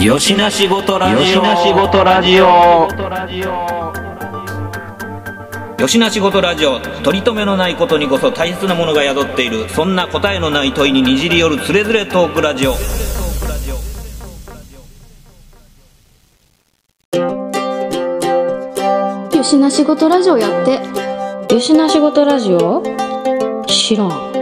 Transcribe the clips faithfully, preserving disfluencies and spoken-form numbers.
よしなしごとラジオ。よしなしごとラジオ。よしなしごとラジオ。取り留めのないことにこそ大切なものが宿っている。そんな答えのない問いににじり寄るつれづれトークラジオ。 よしなしごとラジオやって。 よしなしごとラジオ知らん。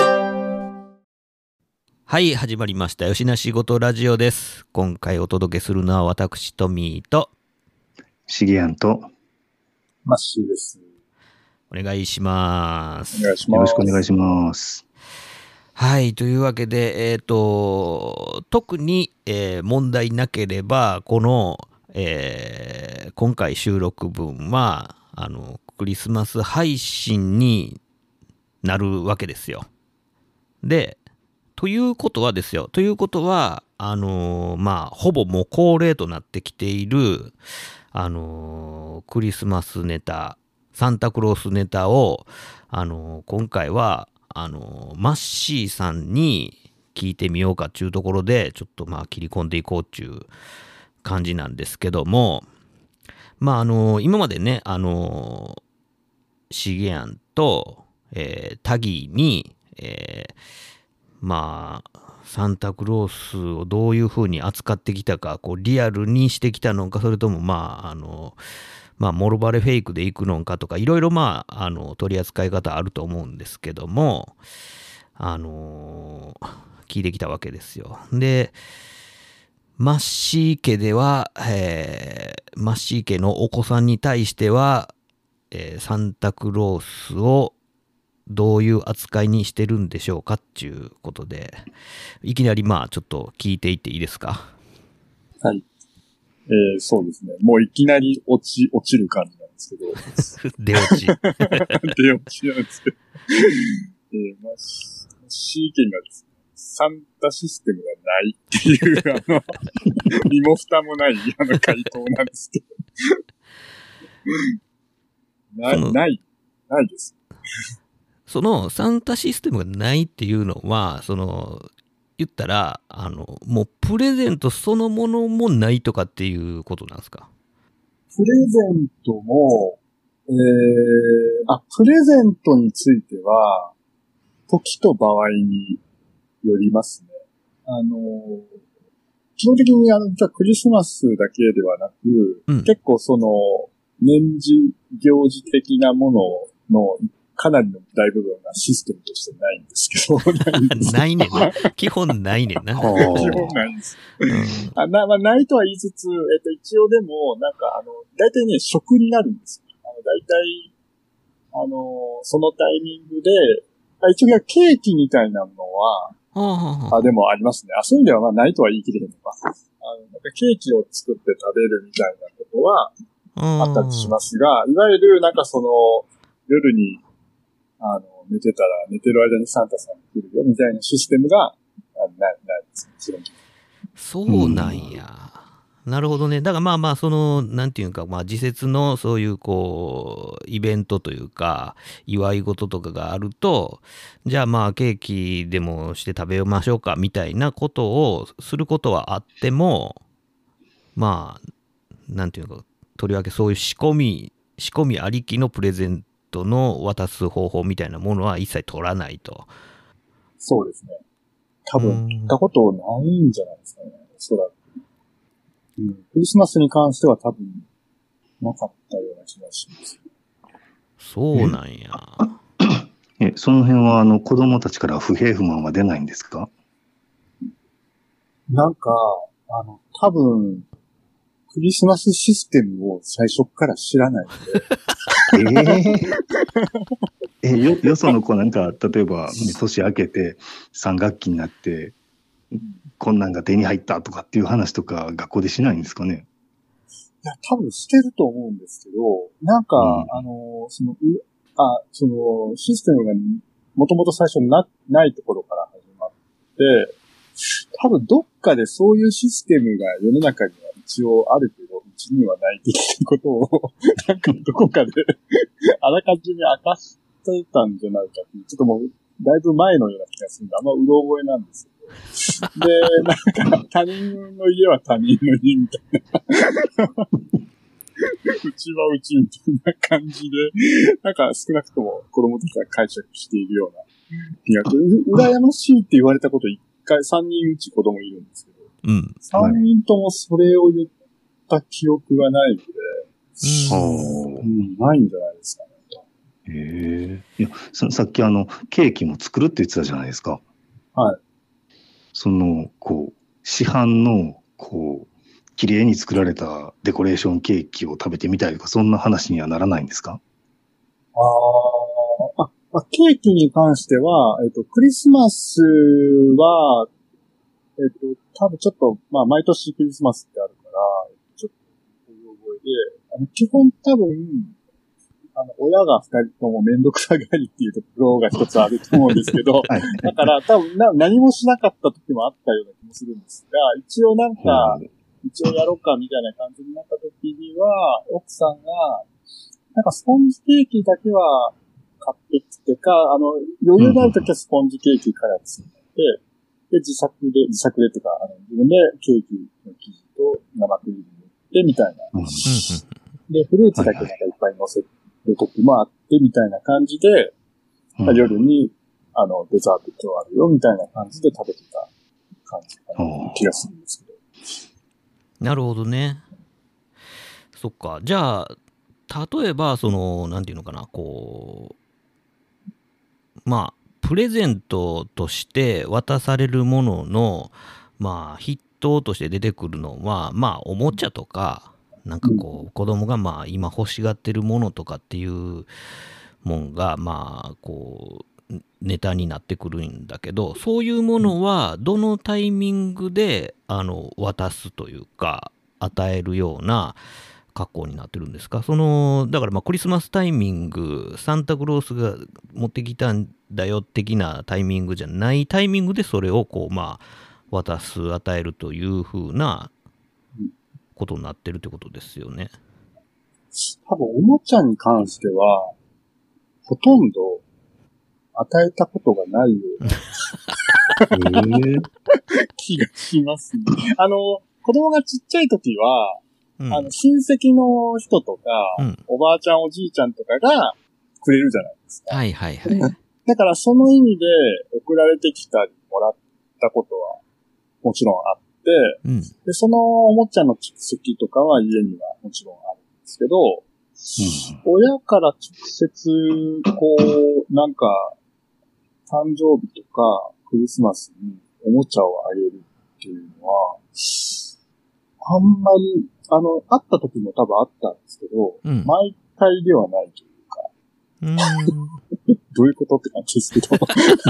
はい、始まりましたよしなしごとラジオです。今回お届けするのは私トミーとしげやんとマッシーです。 お願いします。 お願いします。 よろしくお願いします。 はい、というわけで、えっと、特に、えー問題なければ、この、えー今回収録分は、あの、クリスマス配信になるわけですよ。で、ということはですよ、ということは、あのーまあ、ほぼもう恒例となってきている、あのークリスマスネタ、サンタクロースネタを、あのー今回は、あのーマッシーさんに聞いてみようかっていうところで、ちょっとまあ切り込んでいこうっていう感じなんですけども、まああのー今までね、あのーシゲアンと、えータギーに、えーまあ、サンタクロースをどういうふうに扱ってきたか、こうリアルにしてきたのか、それともまあ、あの、まあ、モロバレフェイクでいくのかとか、いろいろまあ、あの、取り扱い方あると思うんですけども、あの聞いてきたわけですよ。で、マッシー家では、えーマッシー家のお子さんに対しては、えーサンタクロースをどういう扱いにしてるんでしょうかっていうことで、いきなりまあちょっと聞いていっていいですか。 はい。えー、そうですね。もういきなり落ち、落ちる感じなんですけど。 出落ち。 出落ちなんですけど。えー、まあ、C 県がですね、サンタシステムがないっていう、あの、身も蓋もない、あの、回答なんですけど。ない、ない、ないです。 そのサンタシステムがないっていうのは、その、言ったら、あの、もうプレゼントそのものもないとかっていうことなんですか？ プレゼントも、えー、あ、プレゼントについては、時と場合によりますね。あの、基本的にあの、じゃあクリスマスだけではなく、 うん、 結構その、年次行事的なもののかなりの大部分がシステムとしてないんですけど。 ないねんな。基本ないねんな。 基本ないんです。うん、あな、まあ、ないとは言いつつ、えっと、一応でも、なんかあの、大体ね、食になるんですよ。あの、大体、あの、そのタイミングで、一応ケーキみたいなものは、 はあはあ、 あ、でもありますね。あ、そういう意味ではまあないとは言い切れへんのか。あの、なんかケーキを作って食べるみたいなことはあったりしますが、いわゆるなんかその、夜に、あの、寝てたら、寝てる間にサンタさんが来るよみたいなシステムが、ない、ないですね。 そうなんや。なるほどね。だからまあまあ、その、なんていうか、まあ、時節のそういう、こう、イベントというか、祝い事とかがあると、じゃあまあ、ケーキでもして食べましょうか、みたいなことをすることはあっても、まあ、なんていうか、とりわけそういう仕込み、仕込みありきのプレゼントの渡す方法みたいなものは一切取らないと。 そうですね。多分、聞いたことないんじゃないですかね。おそらく。うん、クリスマスに関しては多分、なかったような気がします。 そうなんや。 え、その辺はあの子供たちから不平不満は出ないんですか？ なんか、あの、多分、クリスマスシステムを最初から知らないので。 えー、え、よ、よその子なんか、例えば、年明けてさん学期になって、こんなんが手に入ったとかっていう話とか学校でしないんですかね？ いや、多分してると思うんですけど、なんか、うん、あの、その、あ、その、システムがもともと最初な、ないところから始まって、多分どっかでそういうシステムが世の中には一応あるけど、うちにはない的なことを、なんかどこかであらかじめ明かしてたんじゃないかっていう、ちょっともう、だいぶ前のような気がするんで、あんまうろ覚えなんですけど、 で、なんか他人の家は他人の家みたいな。うちはうちみたいな感じで、なんか少なくとも子供たちが解釈しているような気がして、羨ましいって言われたこと一回、三人うち子供いるんですけど、 うん。 三人ともそれを言った記憶がないので、 うんうん、ないんじゃないですかね。 へえ。いやさ、さっきあの、ケーキも作るって言ってたじゃないですか。 はい。 その、こう、市販の、こう、綺麗に作られたデコレーションケーキを食べてみたいとか、そんな話にはならないんですか？ ああ、あ、まあ、ケーキに関しては、えっと、クリスマスは、えっと、多分ちょっと、まあ、毎年クリスマスってあるから、ちょっと、覚えで、あの、基本多分、あの、親が二人ともめんどくさがりっていうところが一つあると思うんですけど、はい、だから多分な何もしなかった時もあったような気もするんですが、一応なんか、うん、一応やろうかみたいな感じになった時には、奥さんが、なんかスポンジケーキだけは買ってきてか、あの、余裕がある時はスポンジケーキから作って、で、自作で、自作でっていうか、あの、自分でケーキの生地と生クリーム塗ってみたいな。うん、で、フルーツだけなんかいっぱい乗せる時もあってみたいな感じで、うん、夜に、あの、デザート今日あるよみたいな感じで食べてた感じかな気がするんですけど。 なるほどね。そっか。じゃあ、例えば、その、なんていうのかな、こう、まあ、プレゼントとして渡されるものの、まあ、筆頭として出てくるのは、まあ、おもちゃとか、なんかこう、子供がまあ、今欲しがってるものとかっていうもんが、まあ、こう、ネタになってくるんだけど、そういうものは、どのタイミングで、あの、渡すというか、与えるような格好になってるんですか？その、だからまあ、クリスマスタイミング、サンタクロースが持ってきたんだよ的なタイミングじゃないタイミングでそれをこうまあ渡す与えるという風なことになってるってことですよね。 多分おもちゃに関してはほとんど与えたことがないような気がしますね。あの子供がちっちゃい時は、うん、あの親戚の人とか、うん、おばあちゃんおじいちゃんとかがくれるじゃないですか。 はいはいはい。 だからその意味で送られてきたりもらったことはもちろんあって、うん、でそのおもちゃの蓄積とかは家にはもちろんあるんですけど、うん、親から直接こうなんか誕生日とかクリスマスにおもちゃをあげるっていうのはあんまりあのあった時も多分あったんですけど、うん、毎回ではないというか。うーんどういうことって感じですけど。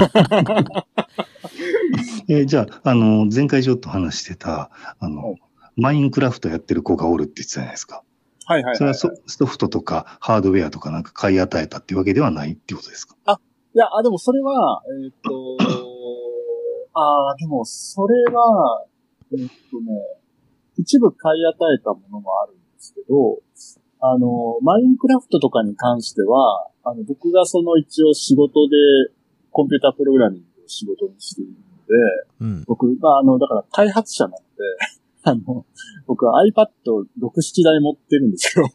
えー、じゃあ、あの、前回ちょっと話してた、あの、はい、マインクラフトやってる子がおるって言ってたじゃないですか。 はいはいはい、はい。 それは ソ, ソフトとかハードウェアとかなんか買い与えたっていうわけではないっていうことですか？ あ、いや、あ、でもそれは、えっ、ー、と、あ、でもそれは、えっ、ー、とね、一部買い与えたものもあるんですけど、あの、マインクラフトとかに関しては、あの、僕がその一応仕事でコンピュータープログラミングを仕事にしているので、うん、僕、まあ、あの、だから開発者なので、あの、僕は アイパッドろく、ななだい持ってるんですよ。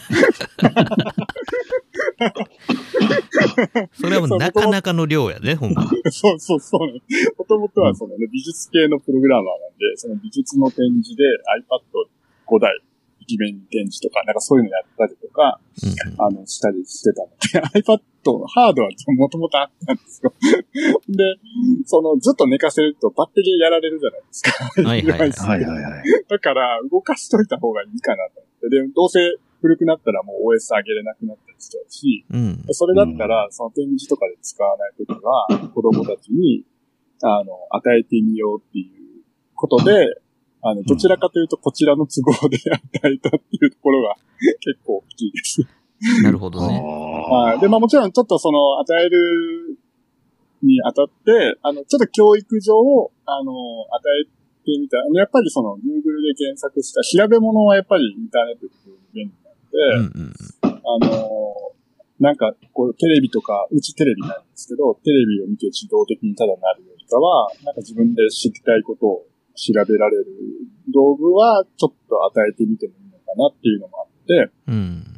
それはもうなかなかの量やね、ほんま。 そうそうそう。もともとはそのね、美術系のプログラマーなんで、その美術の展示で アイパッドごだい、壁面に展示とか、なんかそういうのやったりとか、うん、あの、したりしてたので、iPad、ハードはもともとあったんですよ。で、その、ずっと寝かせるとバッテリーやられるじゃないですか。 はいはいはい。はいはいはい。 だから、動かしといた方がいいかなと思って。で、どうせ古くなったらもう オーエス 上げれなくなったりしちゃうし、うん、それだったら、その展示とかで使わないときは、子供たちに、あの、与えてみようっていうことで、あの、どちらかというと、こちらの都合で与えたっていうところが結構大きいです。 なるほどね。 はい。で、まあもちろんちょっとその、与えるにあたって、あの、ちょっと教育上、あの、与えてみた。やっぱりその、Google で検索した調べ物はやっぱりインターネットで便利なんで、うんうん、あの、なんか、こう、テレビとか、うちテレビなんですけど、テレビを見て自動的にただなるよりかは、なんか自分で知りたいことを調べられる道具はちょっと与えてみてもいいのかなっていうのもあって、 うん。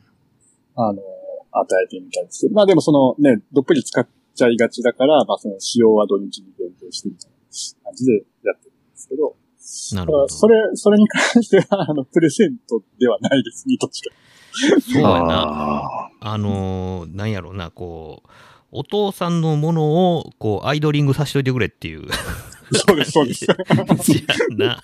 あの、与えてみたいですけど、まあでもそのね、どっぷり使っちゃいがちだから、まあその使用は土日に限定してみたいな感じでやってるんですけど、 なるほど。 それ、それに関しては、あの、プレゼントではないですね、どっちか。 そうやな。 ああのー、なんやろうな、こう、お父さんのものを、こう、アイドリングさせといてくれっていう。 そうです、そうです。 やな。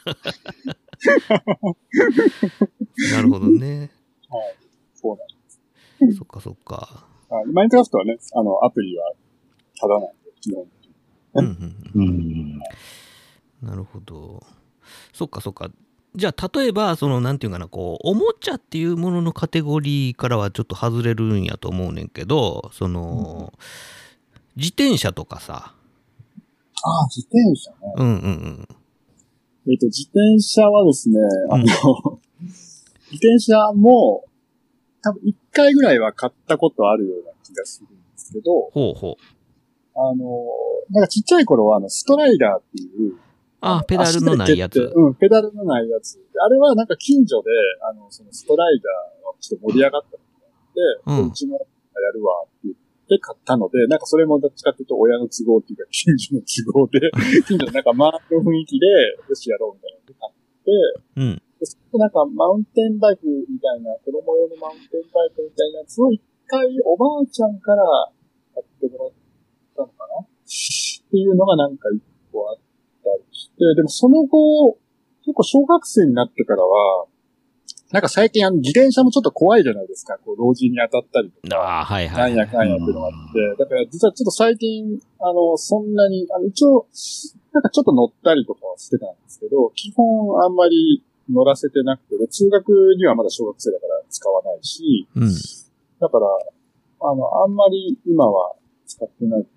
なるほどね。 はい。そうなんです。 そっかそっか。 マインクラフトはね、あの、アプリは、ただなんで、基本的に。 うんうんううん。 ん。 なるほど。そっかそっか。じゃあ、例えば、その、なんていうかな、こう、おもちゃっていうもののカテゴリーからはちょっと外れるんやと思うねんけど、その、うん、自転車とかさ。 ああ、自転車ね。 うんうんうん。 えっと、自転車はですね、あの、うん、自転車も、多分一回ぐらいは買ったことあるような気がするんですけど、 ほうほう。 あの、なんかちっちゃい頃は、あの、ストライダーっていう、 ああ、ペダルのないやつ。 うん、ペダルのないやつ。あれはなんか近所で、あの、そのストライダーがちょっと盛り上がったのがあって、うん、うちもやるわって言って買ったので、なんかそれもどっちかっていうと親の都合っていうか近所の都合で、近所のなんか周りの雰囲気で、よしやろうみたいなので買って、うん。で、そこなんかマウンテンバイクみたいな、子供用のマウンテンバイクみたいなやつを一回おばあちゃんから買ってもらったのかなっていうのがなんか一個あって、で、でもその後、結構小学生になってからは、なんか最近あの自転車もちょっと怖いじゃないですか。こう、老人に当たったりとか。 ああ、はいはい。 なんやかんやっていうのがあって。だから実はちょっと最近、あの、そんなに、あの、一応、なんかちょっと乗ったりとかはしてたんですけど、基本あんまり乗らせてなくて、で通学にはまだ小学生だから使わないし、うん、だから、あの、あんまり今は使ってないって、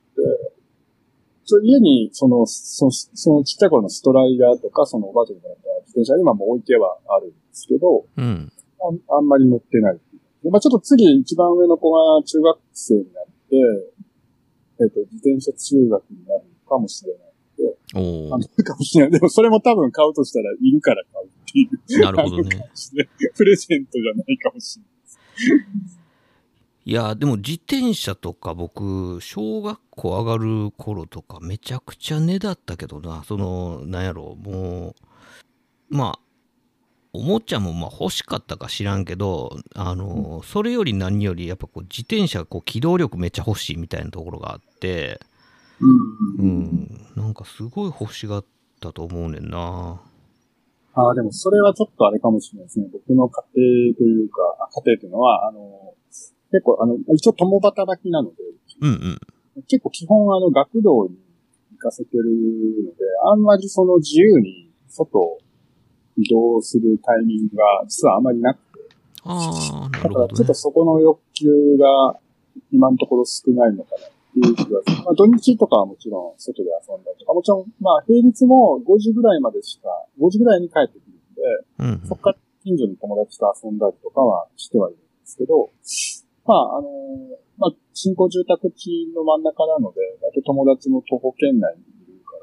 家に、その、その、そのちっちゃい頃のストライダーとか、そのおばあちゃんがやった自転車、今も置いてはあるんですけど、うん、あ, あんまり乗ってない。で、まあちょっと次、一番上の子が中学生になって、えっと、自転車通学になるかもしれないので、おー。かもしれない。でもそれも多分買うとしたら、いるから買うっていう。 なるほどね。 プレゼントじゃないかもしれないです。 いや、でも自転車とか僕、小学校上がる頃とかめちゃくちゃねだったけどな、その、なんやろ、もう、まあ、おもちゃもまあ欲しかったか知らんけど、あの、それより何よりやっぱこう自転車こう機動力めっちゃ欲しいみたいなところがあって、うん、なんかすごい欲しがったと思うねんな。 ああ、でもそれはちょっとあれかもしれないですね。僕の家庭というか、家庭というのは、あの、結構、あの、一応共働きなので、 うんうん、 結構基本あの学童に行かせてるので、あんまりその自由に外を移動するタイミングが実はあまりなくて。 ああ、なるほど、ね。 だからちょっとそこの欲求が今のところ少ないのかなっていう気がする。まあ土日とかはもちろん外で遊んだりとか、もちろんまあ平日もごじぐらいまでしか、ごじぐらいに帰ってくるので、うんうん、そこから近所に友達と遊んだりとかはしてはいるんですけど、まあ、あのー、まあ、新興住宅地の真ん中なので、あと友達も徒歩圏内にいるから、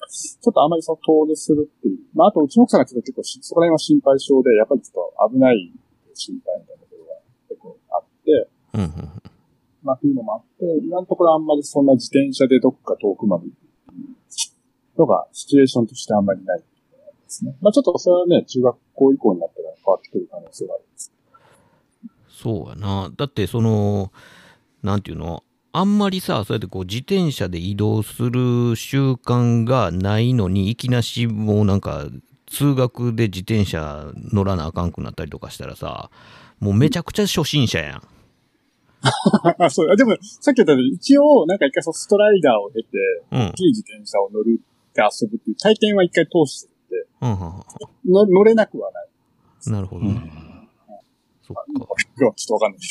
ちょっとあまりその遠出するっていう。まあ、あとうちの奥さんがちょっと結構そこら辺は心配性で、やっぱりちょっと危ない心配みたいなところが結構あって、うんうん、まあ、そういうのもあって、今のところあんまりそんな自転車でどっか遠くまで行くっていうのが、シチュエーションとしてあんまりないですね。まあ、ちょっとそれはね、中学校以降になったら変わってくる可能性があるんです。 そうやな。だってその、なんていうの、あんまりさ、そうやってこう自転車で移動する習慣がないのに、いきなしもうなんか通学で自転車乗らなあかんくなったりとかしたらさ、もうめちゃくちゃ初心者やん。 あ、そう。でも、さっき言ったように、一応、なんか一回そストライダーを経て、うん、大きい自転車を乗るって遊ぶっていう体験は一回通してるんで、うんうんうん、乗れなくはない。 なるほどね。うんそっか。 ちょっとわかんない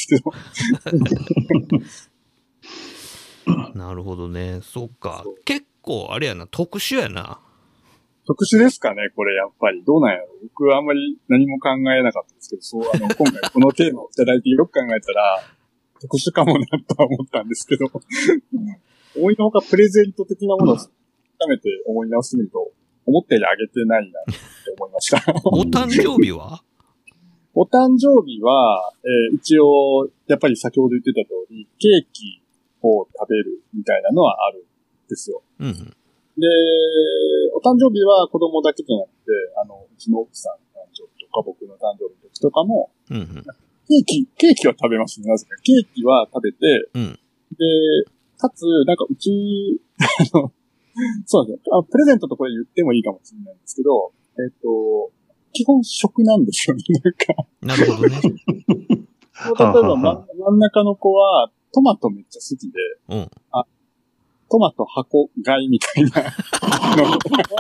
ですけど。なるほどね。そっか。結構あれやな、特殊やな。 特殊ですかね、これやっぱり。どうなんやろ。僕はあんまり何も考えなかったですけど、そう、あの、今回このテーマをいただいてよく考えたら、特殊かもなとは思ったんですけど。 思いのほかプレゼント的なものを改めて思い直してみると、思ったよりあげてないなって思いました。 お誕生日はお誕生日は、えー、一応、やっぱり先ほど言ってた通り、ケーキを食べるみたいなのはあるんですよ。 うん。 で、お誕生日は子供だけじゃなくて、あの、うちの奥さんの誕生日とか僕の誕生日の時とかも、 うんうん、 ケーキ、ケーキは食べますね、なぜか。ケーキは食べて、 うん、 で、かつ、なんかうち、あの、そうなんですよ。あ、プレゼントとこれ言ってもいいかもしれないんですけど、えっと、基本食なんですよね、なんか。 なるほどね。 例えば、ま、真ん中の子はトマトめっちゃ好きで、 うん、 あ、トマト箱買いみたいなの。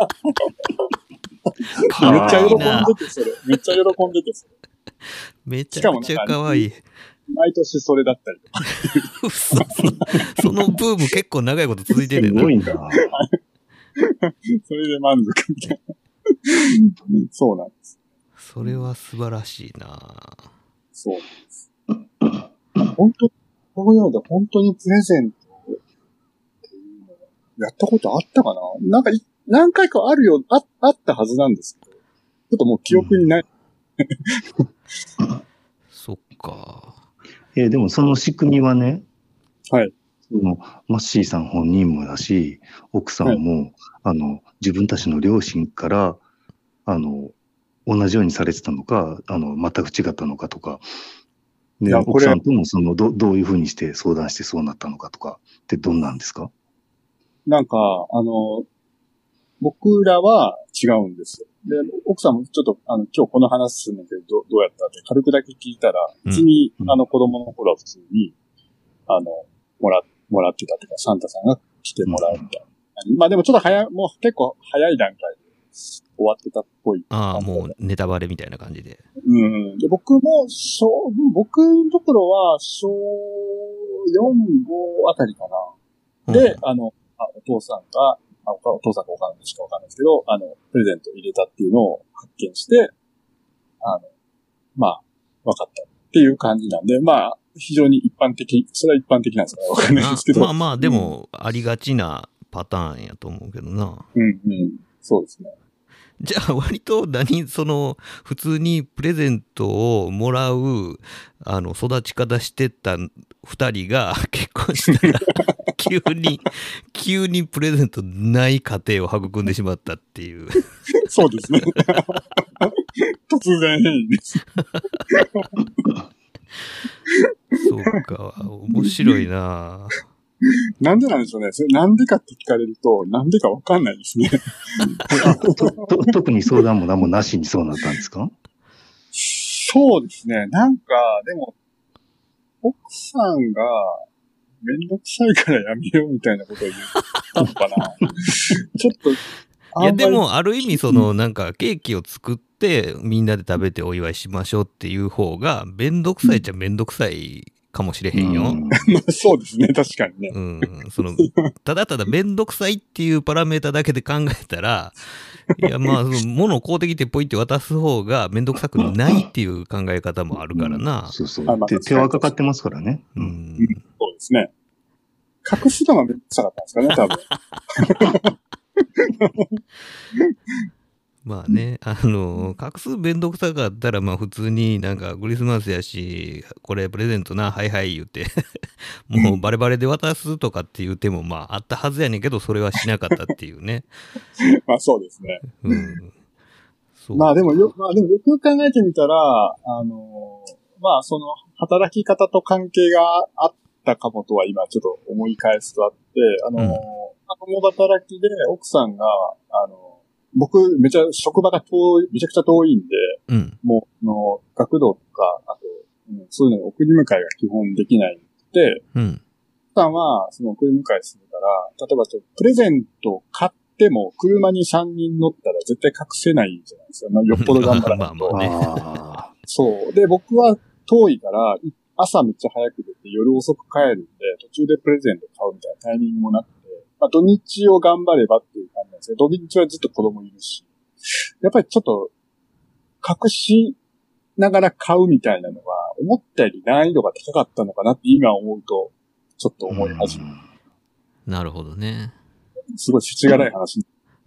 めっちゃ喜んでて、それ。めっちゃ喜んでて、それ。 めちゃくちゃ可愛い。 毎年それだったりとか。 そ, そのブーム結構長いこと続いてるね。 すごいな。 それで満足みたいな。そうなんです。 それは素晴らしいな。 そうなんです。本当、こういうので本当にプレゼントっていうのやったことあったかな？なんか何回かあるよ、あ、あったはずなんですけど、ちょっともう記憶にない。 うん、そっか。 えー、でもその仕組みはね、 はい。 そのマッシーさん本人もだし、奥さんも、はい、あの自分たちの両親からあの同じようにされてたのか、あの全く違ったのかとか、で奥さんともその ど, どういうふうにして相談してそうなったのかとかってどんなんですか？ なんかあの僕らは違うんですよ。で、奥さんもちょっと、あの、今日この話するんだけど、ど, どうやったって軽くだけ聞いたら、うちに、うん、あの、子供の頃は普通に、あの、もら、もらってたというか、サンタさんが来てもらうみたいな。うん、まあでもちょっと早、もう結構早い段階で終わってたっぽい。 ああ、もうネタバレみたいな感じで。 うん。で、僕も、小、僕のところは、小よん、ごあたりかな。で、うん、あの、あお父さんが、あお父さんかお母さんしかわかんないですけど、あの、プレゼント入れたっていうのを発見して、あの、まあ、わかったっていう感じなんで、まあ、非常に一般的、それは一般的なんですかね、わかんないですけど。 まあまあ、でも、ありがちなパターンやと思うけどな。 うんうん。そうですね。 じゃあ、割と何、その、普通にプレゼントをもらう、あの、育ち方してた二人が結婚したら、急に、急にプレゼントない家庭を育んでしまったっていう。 そうですね。突然変異です。 そうか、面白いな。 なんでなんでしょうね。それなんでかって聞かれると、なんでかわかんないですね。 特に相談も何もなしにそうなったんですか？ そうですね。なんか、でも、奥さんが、めんどくさいからやめようみたいなことを言ったのかな。ちょっと、 いやでもある意味そのなんかケーキを作ってみんなで食べてお祝いしましょうっていう方がめんどくさいっちゃめんどくさいかもしれへんよ。うん、 そうですね、確かにね。 うん、そのただただめんどくさいっていうパラメータだけで考えたら、いやまあ物を買うてきてポイって渡す方がめんどくさくないっていう考え方もあるからな。 うん、そうそう。手手はかかってますからね。 うん、うん、そうですね。隠すのがめんどくさかったんですかね、多分。 まあね、あの、隠すめんどくさかったら、まあ普通になんかクリスマスやし、これプレゼントな、はいはい言って、もうバレバレで渡すとかっていう手もまああったはずやねんけど、それはしなかったっていうね。 まあそうですね。 うん。 そうまあでもよ、まあでもよく考えてみたら、あの、まあその働き方と関係があったかもとは今ちょっと思い返すとあって、あの、うん共働きで奥さんが、あの、僕めちゃ職場が遠い、めちゃくちゃ遠いんで、 うん、 もう、の、学童とか、あと、うん、そういうの送り迎えが基本できないんで、 うん、 奥さんは、その送り迎えするから、例えばちょっとプレゼント買っても、車にさんにん乗ったら絶対隠せないじゃないですか。まあ、よっぽど頑張らないと。 まあまあね。 そう。で、僕は遠いから、朝めっちゃ早く出て夜遅く帰るんで、途中でプレゼント買うみたいなタイミングもなくて、まあ土日を頑張ればっていう感じなんですけど、土日はずっと子供いるし、やっぱりちょっと、隠しながら買うみたいなのは、思ったより難易度が高かったのかなって今思うと、ちょっと思い始める。 なるほどね。 すごい世知辛い話。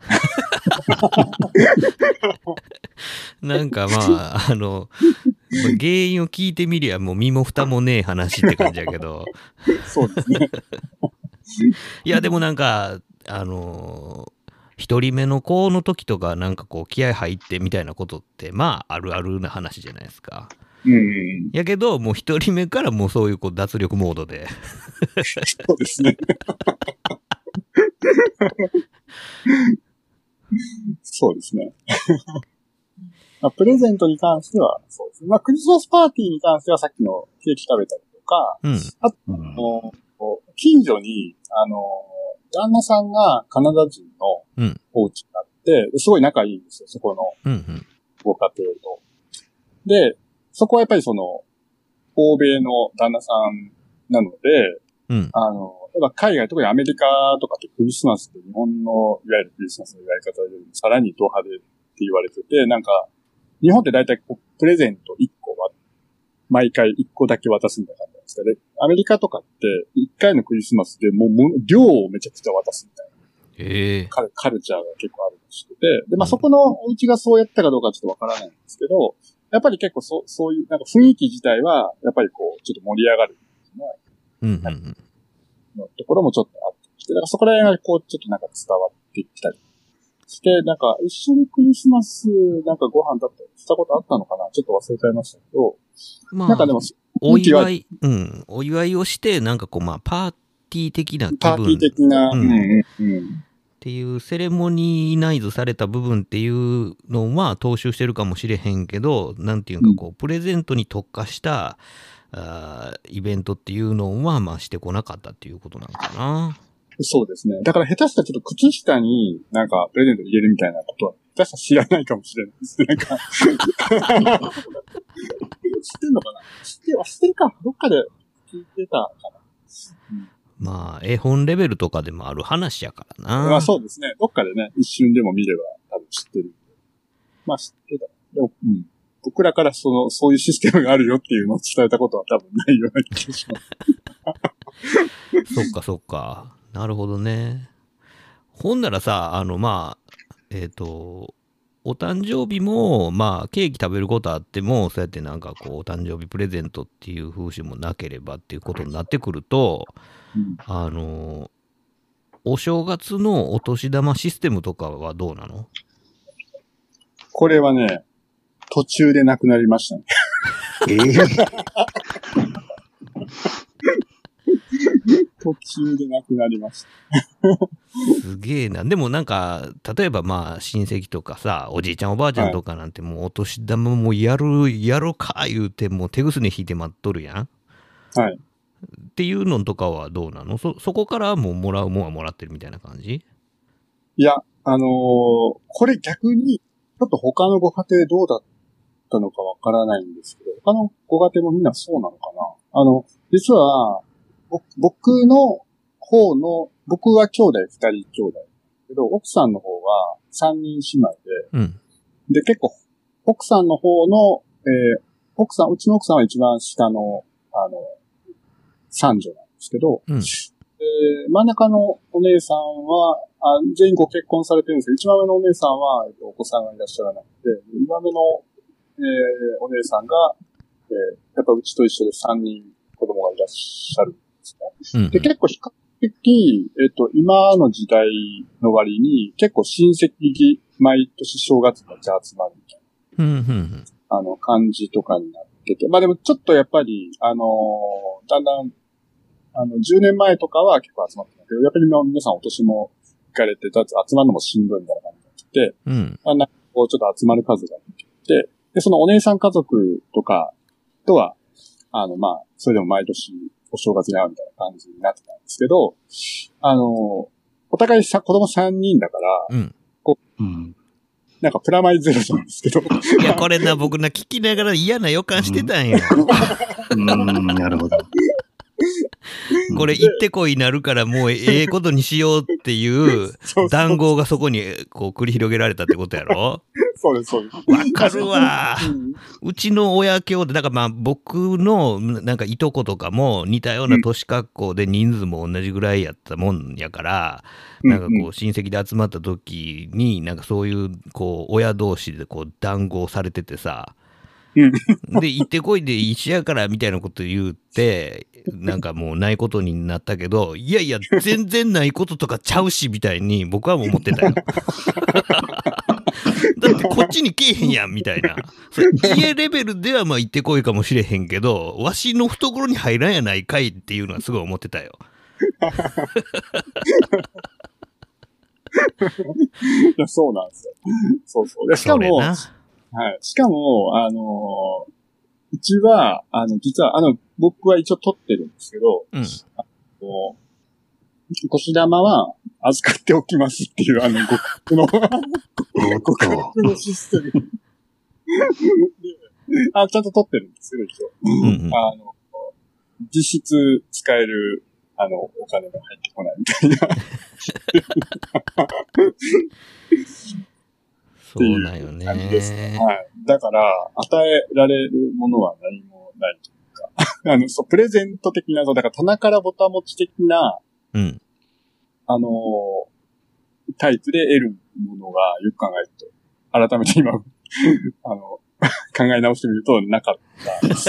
なんかまあ、あの、原因を聞いてみりゃもう身も蓋もねえ話って感じやけど。 そうですね。 いや、でもなんか、あの、一人目の子の時とかなんかこう気合入ってみたいなことってまああるあるな話じゃないですか。 うんうん。 やけどもう一人目からもうそういうこう脱力モードで。 そうですね。そうですね。まあ、プレゼントに関しては、そうですね。まあ、クリスマスパーティーに関してはさっきのケーキ食べたりとか、 うん。 あと、 うん近所に、あの、旦那さんがカナダ人のお家があって、すごい仲いいんですよ、そこのうんうん。 ご家庭と。で、そこはやっぱりその、欧米の旦那さんなので、 うん。 あの、やっぱ海外、特にアメリカとかってクリスマスって日本のいわゆるクリスマスの祝い方よりもさらにド派手って言われてて、なんか、日本って大体こうプレゼントいっこは、毎回いっこだけ渡すみたいな感じなんですかね。アメリカとかっていっかいのクリスマスでもうも量をめちゃくちゃ渡すみたいな。 ええカル、カルチャーが結構あるらしくて。で、まあ、そこのお家がそうやったかどうかはちょっとわからないんですけど、やっぱり結構そう、そういう、なんか雰囲気自体は、やっぱりこう、ちょっと盛り上がるうんうんうん。 のところもちょっとあってきて、だからそこら辺がこう、ちょっとなんか伝わってきたりして、なんか一緒にクリスマスなんかご飯だったりしたことあったのかなちょっと忘れちゃいましたけど、 まあ、 なんかでも、 お祝い、うん、お祝いをして、なんかこう、まあ、パーティー的な気分。 パーティー的な、 うんうんうんうん、 っていうセレモニーナイズされた部分っていうのは踏襲してるかもしれへんけど、なんていうかこう、プレゼントに特化したあイベントっていうのはまあしてこなかったっていうことなのかな。 そうですね。だから下手したらちょっと靴下になんかプレゼント入れるみたいなことは下手したら知らないかもしれないですね。なんか知ってんのかな知っては知ってるかどっかで聞いてたかな、うん、 まあ絵本レベルとかでもある話やからな。 まあそうですね。どっかでね、一瞬でも見れば多分知ってる。まあ知ってた。でも、うん。僕らからその、そういうシステムがあるよっていうのを伝えたことは多分ないような気がします。 そっかそっか。なるほどね。ほんならさ、あのまあ、えっと、お誕生日も、まあ、ケーキ食べることあっても、そうやってなんかこう、お誕生日プレゼントっていう風習もなければっていうことになってくると、うん、あの、お正月のお年玉システムとかはどうなの？ これはね、途中でなくなりましたね。えー、途中でなくなりました。 すげえな。でもなんか、例えばまあ親戚とかさ、おじいちゃんおばあちゃんとかなんてもうお年玉もやる、やろか言うてもう手ぐすね引いて待っとるやん。 はい。 っていうのとかはどうなの？そ、そこからもうもらうもんはもらってるみたいな感じ？ いや、あのー、これ逆に、ちょっと他のご家庭どうだったのかわからないんですけど、他のご家庭もみんなそうなのかな？あの、実は、僕の方の、僕は兄弟二人兄弟だけど、奥さんの方は三人姉妹で、うん、で、結構、奥さんの方の、えー、奥さん、うちの奥さんは一番下の、あの、三女なんですけど、うん、で真ん中のお姉さんはあ、全員ご結婚されてるんですけど、一番上のお姉さんは、えっと、お子さんがいらっしゃらなくて、二番目の、えー、お姉さんが、えー、やっぱうちと一緒で三人子供がいらっしゃるんですね。うんうん、で、結構比較的、えっと、今の時代の割に、結構親戚毎年正月に集まるみたいな、うんうんうん、あの、感じとかになってて、まあでもちょっとやっぱり、あのー、だんだん、あの、じゅうねんまえとかは結構集まってたけど、やっぱり皆さんお年も行かれて、集まるのもしんどいみたいな感じになってて、うん、だんだんこうちょっと集まる数が出てきて、で、そのお姉さん家族とかとは、あの、まあ、それでも毎年お正月に会うみたいな感じになってたんですけど、あの、お互いさ、子供さんにんだから、うん、こう、うん、なんかプラマイゼロなんですけど。 いや、これな、僕な、聞きながら嫌な予感してたんよ。 うん、うんなるほど。 これ行ってこいなるからもうええことにしようっていう談合がそこにこう繰り広げられたってことやろ？ そうです、そうです。 わかるわ。 うんうちの親兄弟、だからまあ僕のなんかいとことかも似たような年格好で人数も同じぐらいやったもんやから、 うんなんかこう親戚で集まった時に、なんかそういうこう親同士でこう談合されててさ、 うんで、行ってこいで一緒やからみたいなこと言って、なんかもうないことになったけど、いやいや、全然ないこととかちゃうしみたいに僕はもう思ってたよ。だってこっちに来えへんやんみたいな。それ家レベルではまあ行ってこいかもしれへんけど、わしの懐に入らんやないかいっていうのはすごい思ってたよ。 いや、そうなんですよ。そうそう。でしかも、 それな。 はい。しかも、あのーうちは、あの、実は、あの、僕は一応取ってるんですけど、 うん。 こう、腰玉は預かっておきますっていう、あの、互角の、 おっ互角と。 のシステム。であ、ちゃんと取ってるんですけど、一応。 うんうん。 あの、実質使える、あの、お金が入ってこないみたいな。 そうだよ感じですね。 ね。 はい。だから、与えられるものは何もないというか、あの、そう、プレゼント的な、そう、だから棚からぼた持ち的な、 うん。 あのータイプで得るものがよく考えると、改めて今、あの、考え直してみるとなかったです。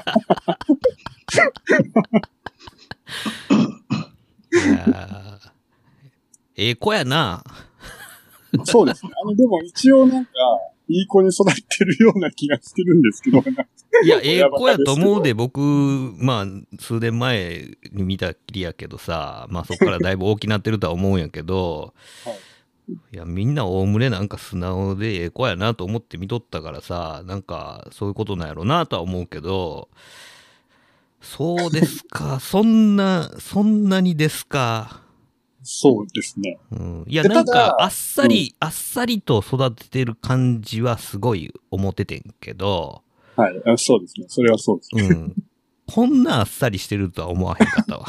いやーええ子やな。 そうですね。あの、でも一応なんか、いい子に育ってるような気がしてるんですけど、 いや、ええ子やと思うで、僕、まあ、数年前に見たっきりやけどさ、まあそこからだいぶ大きなってるとは思うんやけど、 はいいや、みんなおおむねなんか素直でええ子やなと思って見とったからさ、なんかそういうことなんやろなとは思うけど、そうですか、そんな、そんなにですか。 そうですね。 うん、いや、 でなんか、 ただあっさり、あっさりと育ててる感じはすごい思っててんけど、 はい。あそうですね。それはそうですね。 うん。こんなあっさりしてるとは思わへんかったわ。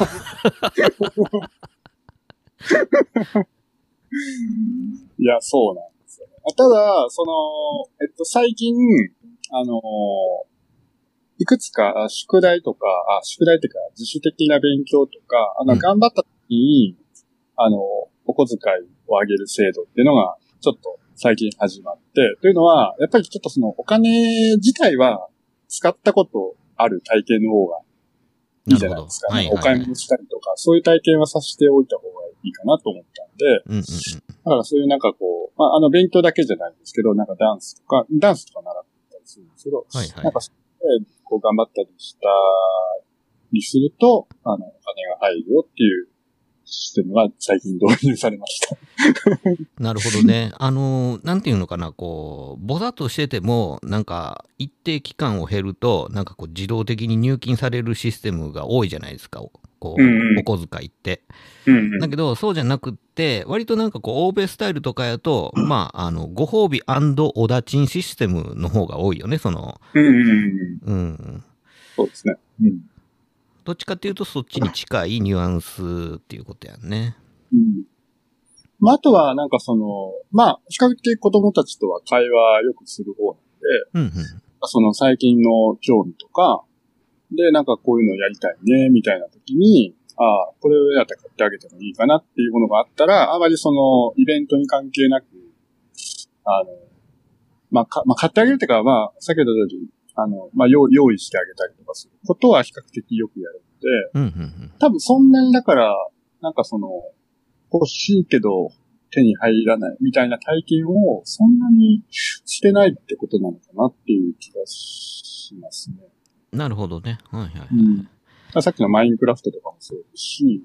いや、そうなんですよね。あただ、その、えっと、最近、あのいくつかあ宿題とか、あ、宿題っていうか自主的な勉強とか、あの、 うん頑張った時に、あの、お小遣いを上げる制度っていうのが、ちょっと最近始まって、というのは、やっぱりちょっとそのお金自体は使ったことある体験の方がいいじゃないですか。 なるほどはいはいはいお買い物したりとか、そういう体験はさせておいた方がいいかなと思ったんで、 うんうんだからそういうなんかこう、まあ、あの勉強だけじゃないんですけど、なんかダンスとか、ダンスとか習ったりするんですけど、 はいはいなんかそれでこう頑張ったりしたりすると、あの、お金が入るよっていうシステムが最近導入されました。 うん。なるほどね。あのー、なんていうのかな、こう、ぼざっとしてても、なんか、一定期間を経ると、なんかこう、自動的に入金されるシステムが多いじゃないですか。こう、 うんうんお小遣いって。 うんうんだけど、そうじゃなくって、割となんかこう、欧米スタイルとかやと、まあ、あの、ご褒美おだちんシステムの方が多いよね、その、 うんうんうん。 うん。 そうですね。うん。 どっちかっていうと、そっちに近いニュアンスっていうことやんね。 うん。まあ、あとは、なんかその、まあ、比較的子供たちとは会話よくする方なんで、 うんうん。 その最近の興味とか、で、なんかこういうのやりたいね、みたいな時に、ああ、これをやったら買ってあげてもいいかなっていうものがあったら、あまりその、イベントに関係なく、あの、まあ、か、まあ、買ってあげるっていうか、まあ、先ほど言ったように、あの、まあ、用用意してあげたりとかすることは比較的よくやるので、 うんうんうん。 多分そんなにだから、なんかその、欲しいけど手に入らないみたいな体験をそんなにしてないってことなのかなっていう気がしますね。 なるほどね。はいはい。 うん。さっきのマインクラフトとかもそうですし。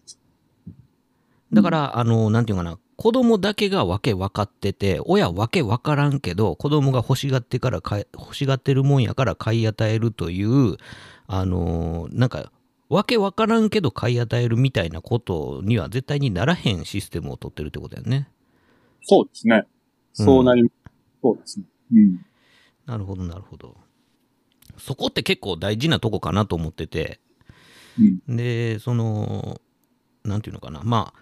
だから、あの、なんていうかな、子供だけがわけ分かってて、親わけ分からんけど、子供が欲しがってから買い、欲しがってるもんやから買い与えるという、あの、なんか、わけ分からんけど買い与えるみたいなことには絶対にならへんシステムを取ってるってことやね。 そうですね。そうなり、うん、そうですね。うん。 なるほど、なるほど。そこって結構大事なとこかなと思ってて、 うん、 で、その、なんていうのかな、まあ、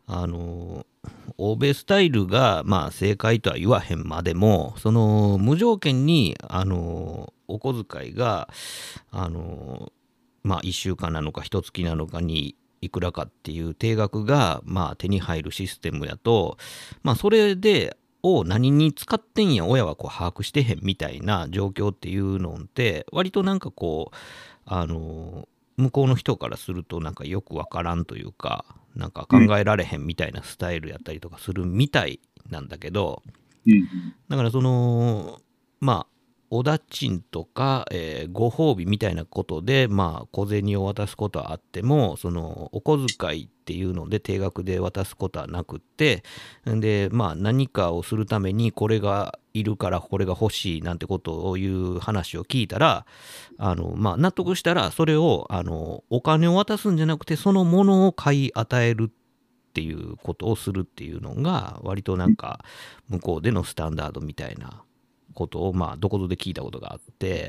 あの欧米スタイルがまあ正解とは言わへんまでも、その無条件にあのお小遣いがあのまあいっしゅうかんなのかいっかげつなのかにいくらかっていう定額がまあ手に入るシステムやと、まあそれでを何に使ってんや親はこう把握してへんみたいな状況っていうのって割となんかこうあの向こうの人からするとなんかよくわからんというか、なんか考えられへんみたいなスタイルやったりとかするみたいなんだけど、だからそのまあおだちんとか、えーご褒美みたいなことでまあ小銭を渡すことはあっても、そのお小遣いっていうので定額で渡すことはなくって、でまあ何かをするためにこれがいるからこれが欲しいなんてことをいう話を聞いたら、あのまあ納得したらそれをあのお金を渡すんじゃなくてそのものを買い与えるっていうことをするっていうのが割となんか向こうでのスタンダードみたいなことをまあどこぞで聞いたことがあって、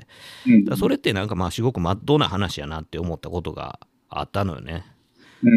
だそれってなんかまあすごくまっとうな話やなって思ったことがあったのよね。うん、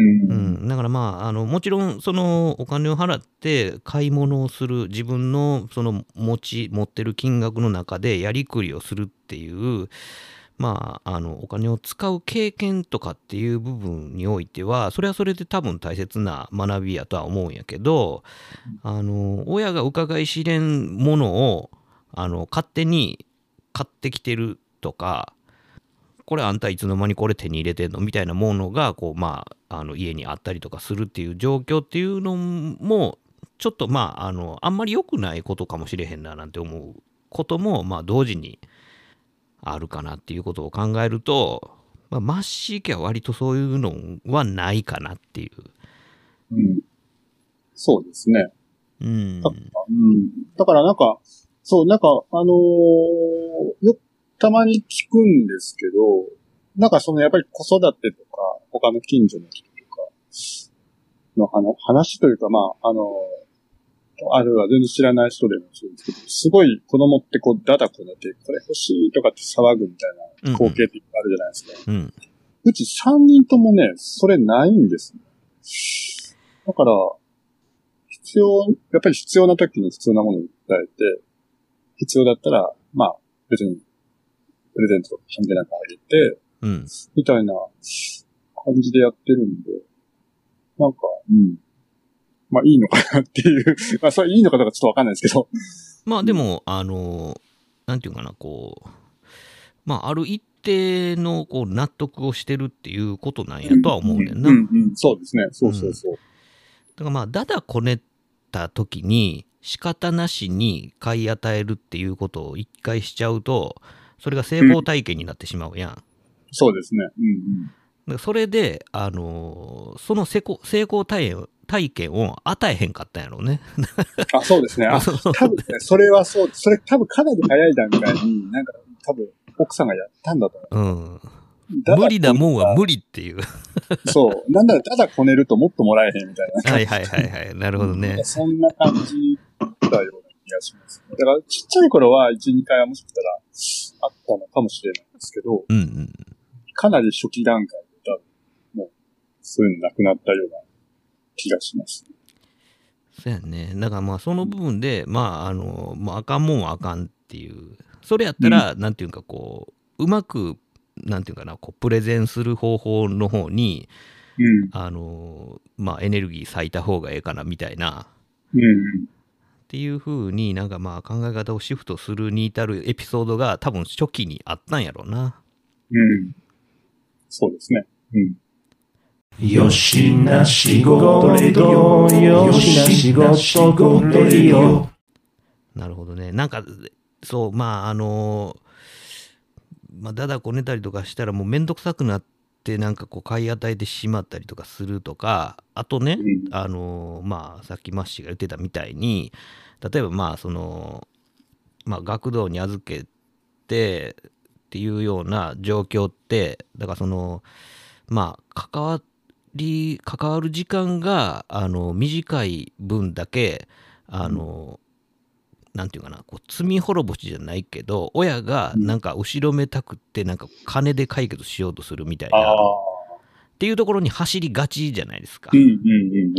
だからまああのもちろんそのお金を払って買い物をする、自分のその持ち持ってる金額の中でやりくりをするっていうまああのお金を使う経験とかっていう部分においてはそれはそれで多分大切な学びやとは思うんやけど、あの親が伺い知れんものをあの勝手に買ってきてるとか、これあんたいつの間にこれ手に入れてんのみたいなものがこう、まあ、あの家にあったりとかするっていう状況っていうのもちょっとまああのあんまり良くないことかもしれへんななんて思うこともまあ同時にあるかなっていうことを考えると、まあ、マッシー家は割とそういうのはないかなっていう。 うん、そうですね。 うん。 だ、うん、だからなんかそう、なんか、あのー、よ、たまに聞くんですけど、なんかそのやっぱり子育てとか、他の近所の人とかの話、話というか、まあ、あのー、あるいは全然知らない人でもそうですけど、すごい子供ってこう、だだこねて、これ欲しいとかって騒ぐみたいな光景っていっぱいあるじゃないですか。 うんうん、 うちさんにんともね、それないんですね。だから、必要、やっぱり必要な時に必要なものを訴えて、必要だったら、まあ、別に、プレゼントとか関係なくあげて、 うん、 みたいな感じでやってるんで、なんか、うん。まあ、いいのかなっていう。まあ、それいいのかどうかちょっとわかんないですけど。 まあ、でも、あの、なんていうかな、こう、まあ、ある一定のこう納得をしてるっていうことなんやとは思うねんな。 うん、うん、うん、そうですね。そうそうそう。うん、 だからまあ、だだこねた時に、仕方なしに買い与えるっていうことを一回しちゃうと、それが成功体験になってしまうやん。うん、 そうですね。うんうん、 だからそれで、あのー、その成功、成功体験、体験を与えへんかったんやろうね。 あ、そうですね。あ、多分ね、それはそう、それ多分かなり早い段階に、なんか多分奥さんがやったんだと思う。 うん。無理なもんは無理っていう。 そう。なんならただこねるともっともらえへんみたいな。 はいはいはいはい。なるほどね。 そんな感じだったような気がします。だからちっちゃい頃は一、二回はもしかしたらあったのかもしれないんですけど、 うんうん、 かなり初期段階で多分もうそういうのなくなったような気がします。 そうやね。だからまあその部分で、まああの、まああかんもんはあかんっていう。それやったら、うん、なんていうかこう、うまく、なんていうかな、こうプレゼンする方法の方に、うん、あのまあエネルギー割いた方がええかなみたいな、うん、っていう風になんかまあ考え方をシフトするに至るエピソードが多分初期にあったんやろうな。 うん、そうですね。うん。 よしな仕事レディオ、よしな仕事レディオ。 なるほどね。なんかそうまああのまあ、だだこねたりとかしたらもうめんどくさくなってなんかこう買い与えてしまったりとかするとか、あとね、うん、あのまあさっきマッシーが言ってたみたいに、例えばまあそのまあ学童に預けてっていうような状況って、だからそのまあ関わり関わる時間があの短い分だけあの、うんなんていうかな、こう罪滅ぼしじゃないけど親がなんか後ろめたくってなんか金で解決しようとするみたいな、うん、っていうところに走りがちじゃないですか。 うんうんうん、なるほ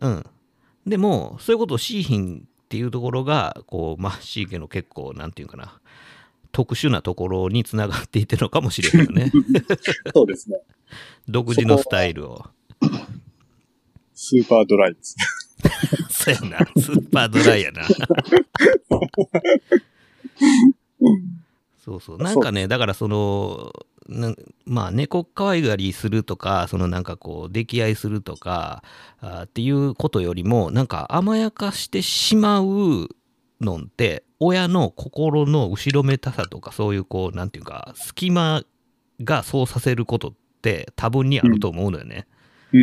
うん。でも、そういうことをしいひんっていうところが、こう、まあ、シーケの結構、なんていうかな、特殊なところにつながっていってるのかもしれないよね。 そうですね。 独自のスタイルを。 スーパードライですね。 そうやな。スーパードライやな。そうそう。なんかね、だからその、なまあ、猫可愛がりするとか、そのなんかこう、溺愛するとかあっていうことよりも、なんか甘やかしてしまうのって、親の心の後ろめたさとか、そういうこう、なんていうか、隙間がそうさせることって多分にあると思うのよね。 うん。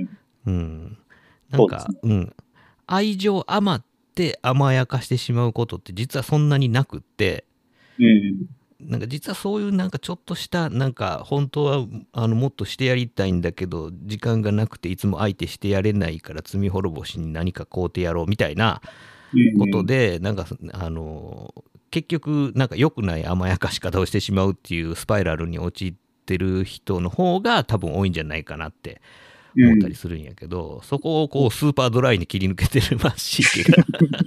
うん。なんか、う,、ね、うん。愛情余って甘やかしてしまうことって実はそんなになくって、 うん。 なんか実はそういうなんかちょっとしたなんか本当はあのもっとしてやりたいんだけど時間がなくていつも相手してやれないから罪滅ぼしに何か買うてやろうみたいなことでなんかあの結局なんか良くない甘やかし方をしてしまうっていうスパイラルに陥ってる人の方が多分多いんじゃないかなって思ったりするんやけど、うん、そこをこうスーパードライに切り抜けてるマッシーが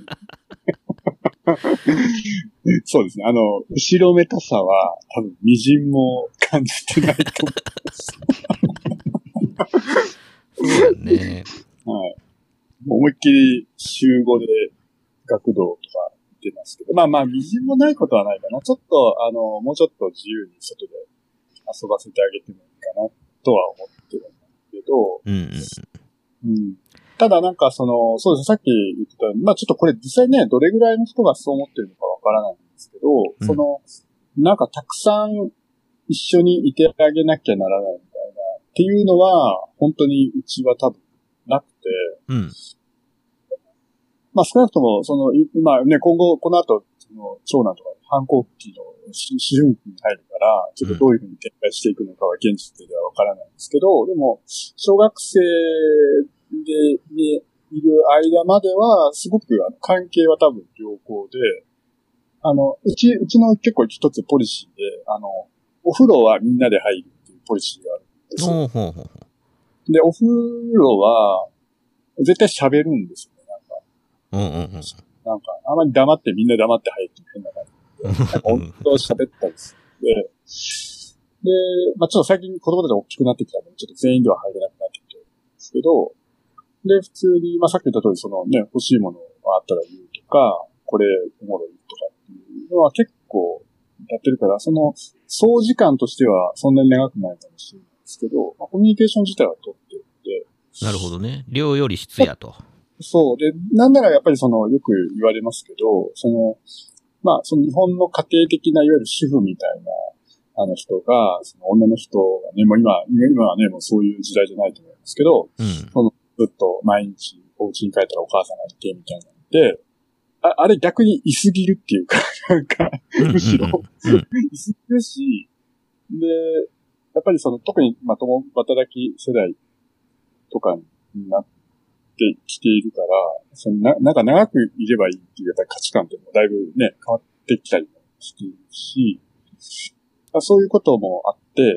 そうですね。あの、後ろめたさは多分微塵も感じてないと思います。 そうだね。 はい。思いっきり週ごで学童とか出ますけど、まあまあ微塵もないことはないかな。ちょっと、あの、もうちょっと自由に外で遊ばせてあげてもいいかなとは思ってるんだけど、 うんうん。 うん。ただなんかその、そうですね、さっき言ってた、まあちょっとこれ実際ね、どれぐらいの人がそう思ってるのかわからないんですけど、うん、その、なんかたくさん一緒にいてあげなきゃならないみたいな、っていうのは、本当にうちは多分なくて、 うん、 まあ少なくとも、その、今ね、今後、この後、その、長男とか反抗期の思春期に入るから、ちょっとどういうふうに展開していくのかは現実ではわからないんですけど、でも、小学生で、で、いる間までは、すごくあの関係は多分良好で、あの、うち、うちの結構一つポリシーで、あの、お風呂はみんなで入るっていうポリシーがあるんですよ。 ほうほうほう。 で、お風呂は、絶対喋るんですよね、なんか。 うんうんうん。 なんか、あんまり黙ってみんな黙って入って変な感じで。なんか本当喋ったりするんで、で、まあちょっと最近子供たちが大きくなってきたので、ちょっと全員では入れなくなってきてるんですけど、で、普通に、まあ、さっき言った通り、そのね、欲しいものがあったら言うとか、これおもろいとかっていうのは結構やってるから、その、総時間としてはそんなに長くないかもしれないですけど、まあ、コミュニケーション自体は取ってるんで。 なるほどね。量より質やと。 そう。で、なんならやっぱりその、よく言われますけど、その、まあ、その日本の家庭的ないわゆる主婦みたいな、あの人が、その女の人がね、もう今、今はね、もうそういう時代じゃないと思いますけど、 うん、 そのずっと毎日お家に帰ったらお母さんがいてみたいなので、あ, あれ逆に居すぎるっていうか、なんか、むしろ、居すぎるし、で、やっぱりその特にまとも働き世代とかになってきているから、そのななんか長くいればいいっていうやっぱり価値観っていうのもだいぶね、変わってきたりもしているし、そういうこともあって、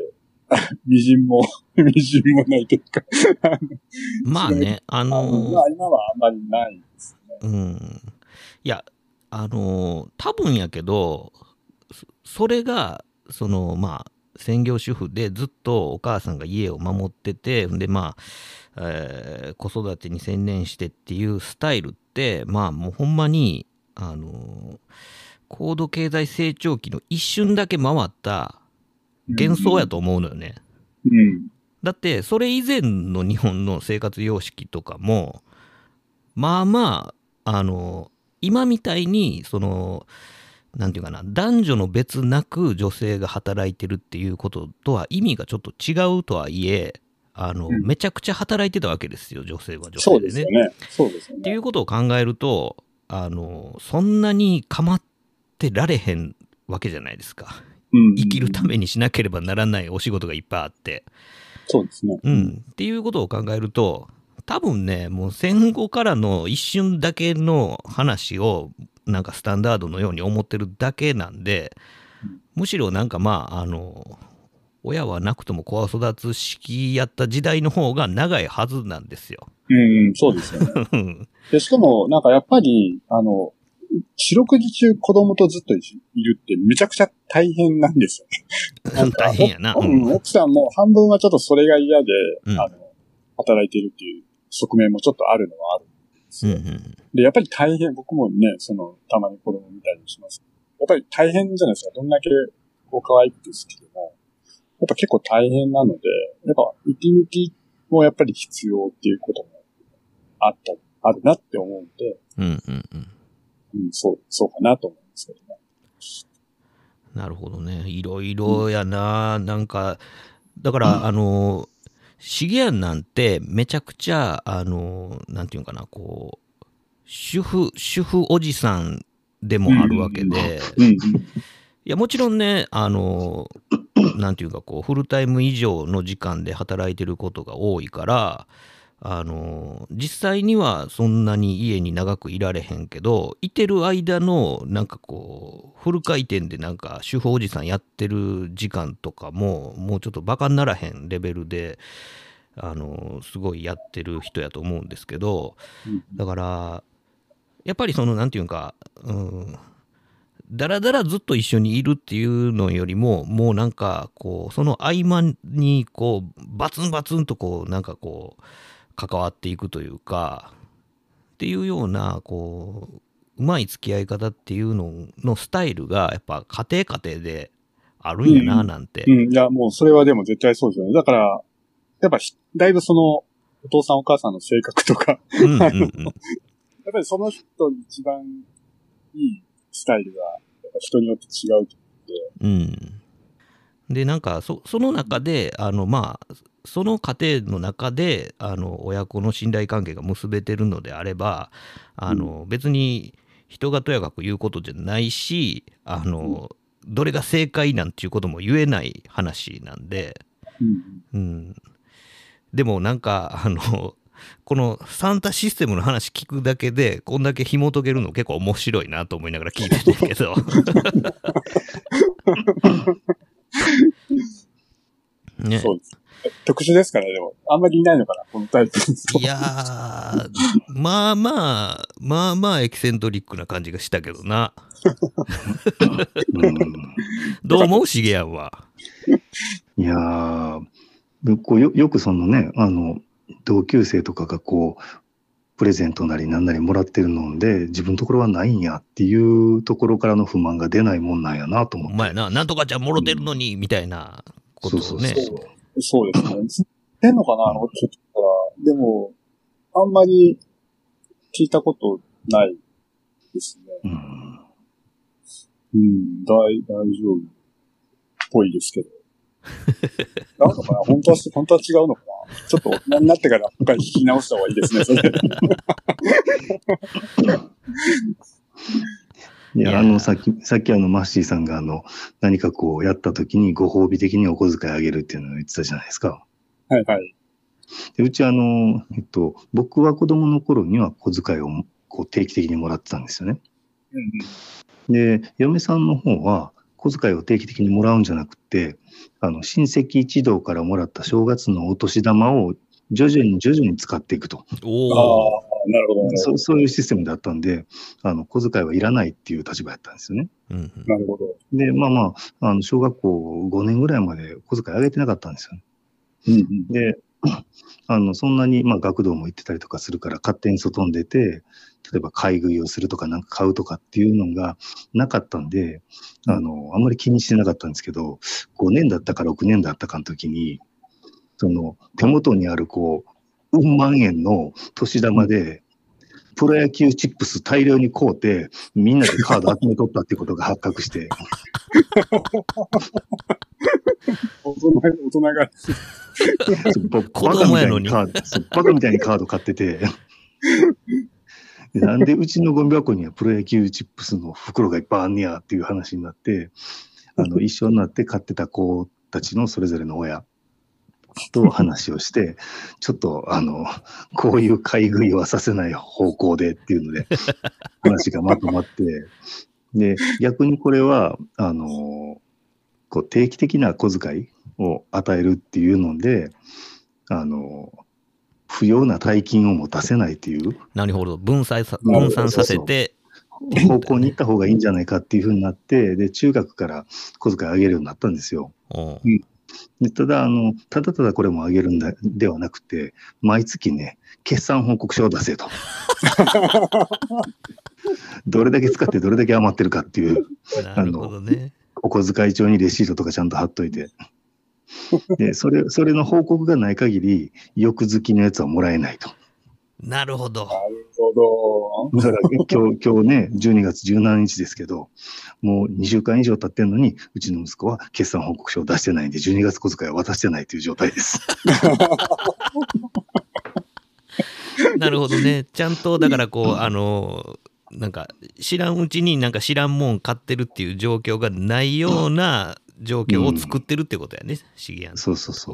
微塵も、微塵もないというか。 まあね、あのー、 まあ今はあんまりないですね。 うん。いや、あのー、多分やけど、それが、その、まあ、専業主婦でずっとお母さんが家を守ってて、で、まあ、えー、子育てに専念してっていうスタイルって、まあ、もうほんまに、あのー、高度経済成長期の一瞬だけ回った幻想やと思うのよね。 うんうん、 だってそれ以前の日本の生活様式とかもまあまああの今みたいにそのなんていうかな男女の別なく女性が働いてるっていうこととは意味がちょっと違うとはいえあの、うん、めちゃくちゃ働いてたわけですよ女性は女性でね。 そうですよね。そうですよね。 っていうことを考えるとあのそんなに構ってられへんわけじゃないですか。生きるためにしなければならないお仕事がいっぱいあって。 そうですね。 うん。っていうことを考えると、多分ね、もう戦後からの一瞬だけの話を、なんかスタンダードのように思ってるだけなんで、むしろなんかまあ、あの、 親はなくとも子は育つ式やった時代の方が長いはずなんですよ。 うん、そうですよね。で、しかも、なんかやっぱり、あの、四六時中子供とずっといるってめちゃくちゃ大変なんですよね。 大変やな。 うん、奥さんも半分はちょっとそれが嫌で、うん、あの、働いてるっていう側面もちょっとあるのはあるんですよ。うんうん、で、やっぱり大変、僕もね、その、たまに子供見たりします。やっぱり大変じゃないですか。どんだけ、こう、可愛くて好きでも、やっぱ結構大変なので、やっぱ、息抜きもやっぱり必要っていうこともあった、あるなって思うんで、 うんうんうんうん、そう、そうかなと思うんですけどね。 なるほどね。いろいろやな、うん、なんか、だから、うん、あの、シゲアンなんてめちゃくちゃ、あの、なんていうかな、こう、主婦、主婦おじさんでもあるわけで、うんうん、いや、もちろんね、あの、なんていうか、こう、フルタイム以上の時間で働いてることが多いから、あの実際にはそんなに家に長くいられへんけど、いてる間のなんかこうフル回転でなんか主婦おじさんやってる時間とかももうちょっとバカにならへんレベルであのすごいやってる人やと思うんですけど、だからやっぱりそのなんていうか、うんだらだらずっと一緒にいるっていうのよりも、もうなんかこうその合間にこうバツンバツンとこうなんかこう関わっていくというかっていうようなこううまい付き合い方っていうののスタイルがやっぱ家庭家庭であるんやななんて、 うんうん、いやもうそれはでも絶対そうですよね。だからやっぱだいぶそのお父さんお母さんの性格とかうんうん、うん、やっぱりその人に一番いいスタイルがやっぱ人によって違うと思って、うん、でなんか そ, その中であのまあその過程の中であの親子の信頼関係が結べてるのであればあの、うん、別に人がとやかく言うことじゃないしあの、うん、どれが正解なんていうことも言えない話なんで、うんうん、でもなんかあのこのサンタシステムの話聞くだけでこんだけ紐解けるの結構面白いなと思いながら聞いてるけどね、そうです特殊ですからね。でもあんまりいないのかなこのタイプいやーまあまあまあまあエキセントリックな感じがしたけどなどう思うシゲヤンは。 いやーこう よ, よくそのねあの同級生とかがこうプレゼントなりなんなりもらってるので自分のところはないんやっていうところからの不満が出ないもんなんやなと思って。 お前な、なんとかちゃんもろてるのに、うん、みたいなことをね。そうそうそうそうですね。出んのかな、うん、ちょっとから。でも、あんまり聞いたことないですね。うん。うん、大、大丈夫っぽいですけど。なんのかな本当は、本当は違うのかなちょっと大人になってから他に聞き直した方がいいですね、それ。 いや、あの、さっき、さっきあの、マッシーさんがあの、何かこうやった時にご褒美的にお小遣いあげるっていうのを言ってたじゃないですか。 はいはい。 でうちあの、えっと、僕は子供の頃には小遣いをこう定期的にもらってたんですよね。うん、で、嫁さんの方は小遣いを定期的にもらうんじゃなくて、あの、親戚一同からもらった正月のお年玉を徐々に徐々に使っていくと。 おああ、なるほど、ねそ。そういうシステムだったんで、あの、小遣いはいらないっていう立場やったんですよね。 うん、なるほど。 で、まあまあ、あの、小学校ごねんぐらいまで小遣いあげてなかったんですよね。うんうん、で、あの、そんなに、まあ、学童も行ってたりとかするから、勝手に外に出て、例えば買い食いをするとか、なんか買うとかっていうのがなかったんで、あの、あんまり気にしてなかったんですけど、ごねんだったかろくねんだったかの時に、その、手元にある、こう、うん万円の年玉で、プロ野球チップス大量に買うて、みんなでカード集めとったっていうことが発覚して。 大人、大人が。 子供やのに。 バカみたいにカード買ってて。なんでうちのゴミ箱にはプロ野球チップスの袋がいっぱいあんねやっていう話になって、あの、一緒になって買ってた子たちのそれぞれの親と話をして、ちょっとあの、こういう買い食いはさせない方向でっていうので、話がまとまって、で、逆にこれは、あの、こう定期的な小遣いを与えるっていうので、あの、不要な大金を持たせないっていう。 なるほど。分散さ、分散させて、 方向に行った方がいいんじゃないかっていうふうになって、で、中学から小遣い上げるようになったんですよ。でただ、あの、ただただこれも上げるんだ、ではなくて、毎月ね、決算報告書を出せと。どれだけ使ってどれだけ余ってるかっていう、 なるほどね、 あの、お小遣い帳にレシートとかちゃんと貼っといて。で、それ、それの報告がない限り、翌月のやつはもらえないと。 なるほど。 なるほど。 だから今日、今日ね、じゅうにがつじゅうしちにちですけど、もうにしゅうかん以上経ってんのに、うちの息子は決算報告書を出してないんで、じゅうにがつ小遣いは渡してないという状態です。 なるほどね。ちゃんと、だからこう、あの、なんか、知らんうちになんか知らんもん買ってるっていう状況がないような状況を作ってるってことやね、シゲアン。 そうそうそう。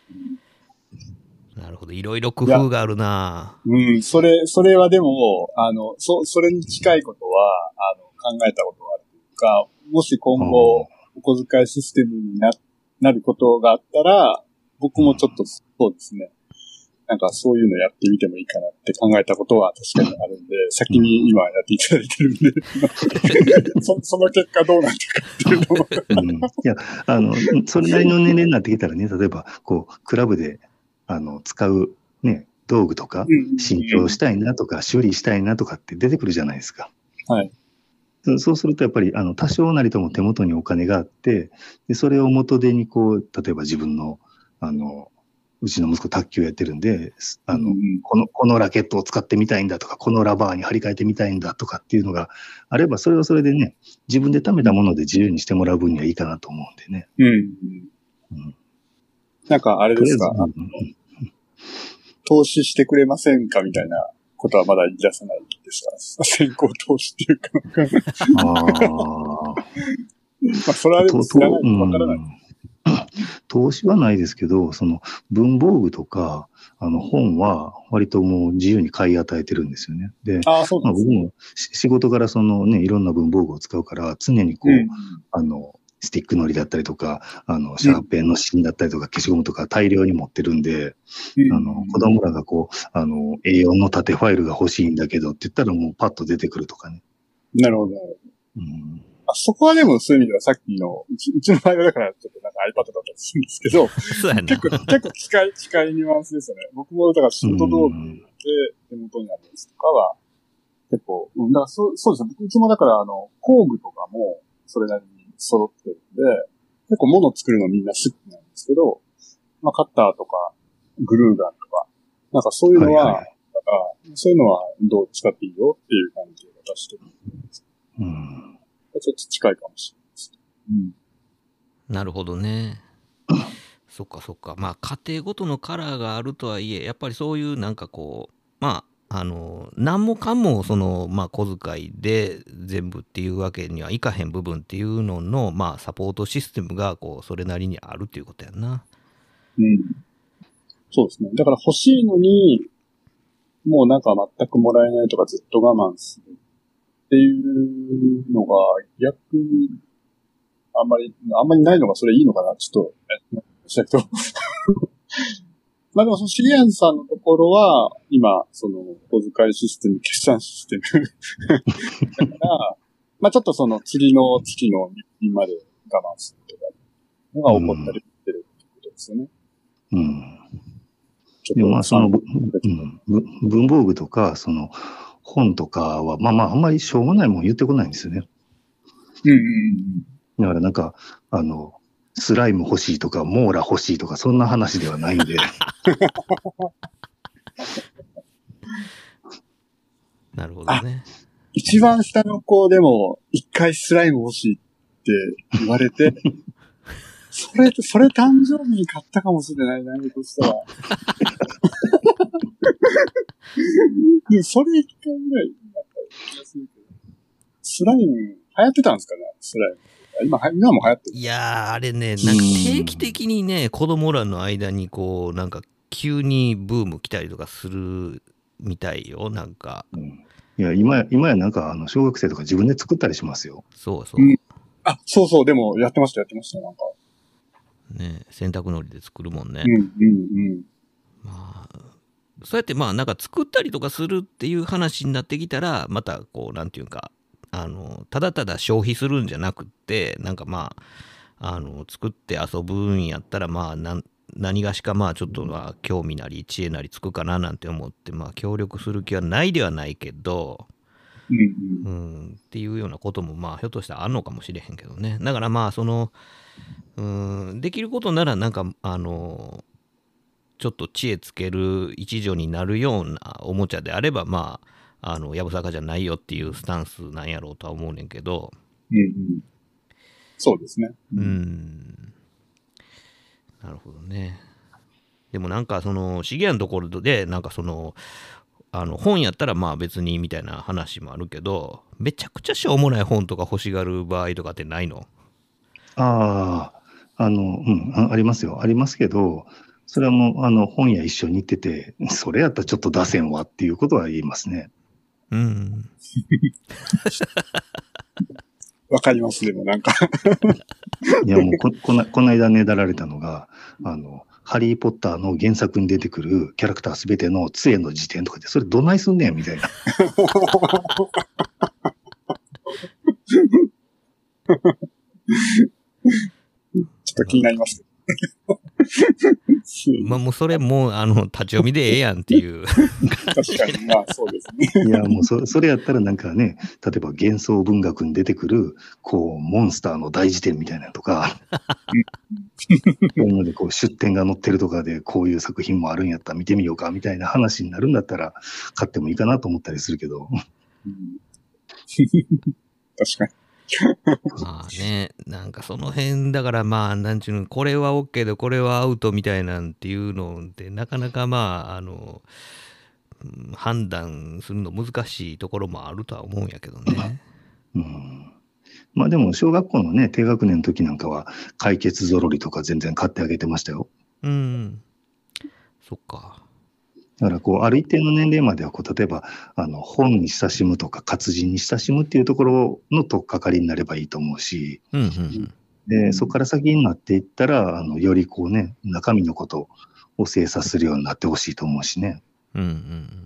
なるほど。いろいろ工夫があるな。 うん、それ、それはでも、あの、そ、それに近いことは、あの、考えたことがあるというか、もし今後、お小遣いシステムにな、なることがあったら、僕もちょっと、そうですね。なんかそういうのやってみてもいいかなって考えたことは確かにあるんで、先に今やっていただいてるんで、そ, その結果どうなったかっていうのを、うん。いや、あの、それなりの年齢になってきたらね、例えば、こう、クラブで、あの、使う、ね、道具とか、新調したいなとか、修理したいなとかって出てくるじゃないですか。 はい。 そうすると、やっぱり、あの、多少なりとも手元にお金があって、で、それを元手に、こう、例えば自分の、あの、うちの息子卓球やってるんで、あの、うん、この、このラケットを使ってみたいんだとか、このラバーに張り替えてみたいんだとかっていうのがあれば、それはそれでね、自分で貯めたもので自由にしてもらう分にはいいかなと思うんでね。 うん。うん、なんかあれですか、うん、投資してくれませんかみたいなことはまだ言い出さないですか？先行投資っていうか。ああ。まあ、それはでも知らないとわからない。 投資はないですけど、その文房具とか、あの本は割ともう自由に買い与えてるんですよね。で、 あそうなんですね。 まあ、僕も仕事柄そのね、いろんな文房具を使うから、常にこう、うん、あの、スティックのりだったりとか、あの、シャーペンの芯だったりとか、消しゴムとか大量に持ってるんで、うん、あの、子供らがこう、あの、エーよん の縦ファイルが欲しいんだけどって言ったらもうパッと出てくるとかね。 なるほど、なるほど。うんあそこはでもそういう意味ではさっきの、うち、うちの場合はだからちょっとなんか iPad だったりするんですけど、結構、結構近い、近いニュアンスですよね。僕もだから仕事道具で手元にあるやつとかは、結構、うん、だからそう、そうですね。僕、うちもだからあの、工具とかもそれなりに揃ってるんで、結構物作るのみんな好きなんですけど、まあカッターとか、グルーガンとか、なんかそういうのは、はいはい、だから、そういうのはどう使っていいよっていう感じで渡してるんです。うんちょっと近いかもしれないです。うん。 なるほどね。そっかそっか。まあ家庭ごとのカラーがあるとはいえ、やっぱりそういうなんかこう、まあ、あの、何もかもその、まあ小遣いで全部っていうわけにはいかへん部分っていうのの、まあサポートシステムがこう、それなりにあるっていうことやんな。 うん。そうですね。だから欲しいのに、もうなんか全くもらえないとかずっと我慢する。っていうのが逆にあんまり、あんまりないのがそれいいのかなちょっと、したけど。まあでもそのシリアンさんのところは、今、その、小遣いシステム、決算システム。だから、まあちょっとその次の月の日まで我慢するとか、のが起こったりしてるってことですよね。 うん。うん、ちょっとまあその、うん、文房具とか、その、本とかは、まあまあ、あんまりしょうもないもん言ってこないんですよね。 うんうんうん。 だからなんか、あの、スライム欲しいとか、モーラ欲しいとか、そんな話ではないんで。 なるほどね。 一番下の子でも、一回スライム欲しいって言われて、それ、それ誕生日に買ったかもしれないな、としたら。それ一回ぐらいだった気がするけど。スライム、流行ってたんですかねスライム。今、今も流行ってる。 いやー、あれね、なんか定期的にね、子供らの間にこう、なんか急にブーム来たりとかするみたいよ、なんか。 うん、いや、今や、今やなんか、あの、小学生とか自分で作ったりしますよ。 そうそう。 うん、あ、そうそう、でも、やってました、やってました、なんか。 ね、洗濯のりで作るもんね。 うんうんうん。 まあ、そうやってまあなんか作ったりとかするっていう話になってきたら、またこうなんていうか、あのただただ消費するんじゃなくって、なんかまああの作って遊ぶんやったら、まあなん何がしかまあちょっとまあ興味なり知恵なりつくかななんて思って、まあ協力する気はないではないけど、 うんうん、 うんっていうようなこともまあひょっとしたらあんのかもしれへんけどね。だからまあそのうんできることならなんかあのちょっと知恵つける一助になるようなおもちゃであれば、まああのやぶさかじゃないよっていうスタンスなんやろうとは思うねんけど、 うんうん、そうですね。 うん、なるほどね。でもなんかそのシゲアのところでなんかそのあの本やったらまあ別にみたいな話もあるけど、めちゃくちゃしょうもない本とか欲しがる場合とかってないの？ ああ、あの、うんあ、ありますよ。ありますけど、それはもう、あの、本屋一緒に行ってて、それやったらちょっと出せんわっていうことは言いますね。 うん。 わかります、でもなんか。 いや、もうこ、こな、この間ねだられたのが、あの、ハリーポッターの原作に出てくるキャラクターすべての杖の辞典とかで、それどないすんねんみたいな。 ちょっと気になります。 まあもうそれもうあの立ち読みでええやんっていう。 確かに、まあそうですね。 いや、もうそ、それやったらなんかね、例えば幻想文学に出てくる、こう、モンスターの大辞典みたいなのとか、そういうのでこう出典が載ってるとかで、こういう作品もあるんやったら見てみようかみたいな話になるんだったら、買ってもいいかなと思ったりするけど。 うん、確かに。 まあね、なんかその辺だからまあなんちゅうの、これは OK でこれはアウトみたいなんていうのってなかなかまああの判断するの難しいところもあるとは思うんやけどね。 うん、まあでも小学校のね低学年の時なんかは解決ぞろりとか全然買ってあげてましたよ。 うん、そっか。 だからこうある一定の年齢まではこう例えばあの本に親しむとか活字に親しむっていうところの取っかかりになればいいと思うし、 うんうん、 でそこから先になっていったらあのよりこうね中身のことを精査するようになってほしいと思うしね。 うんうん、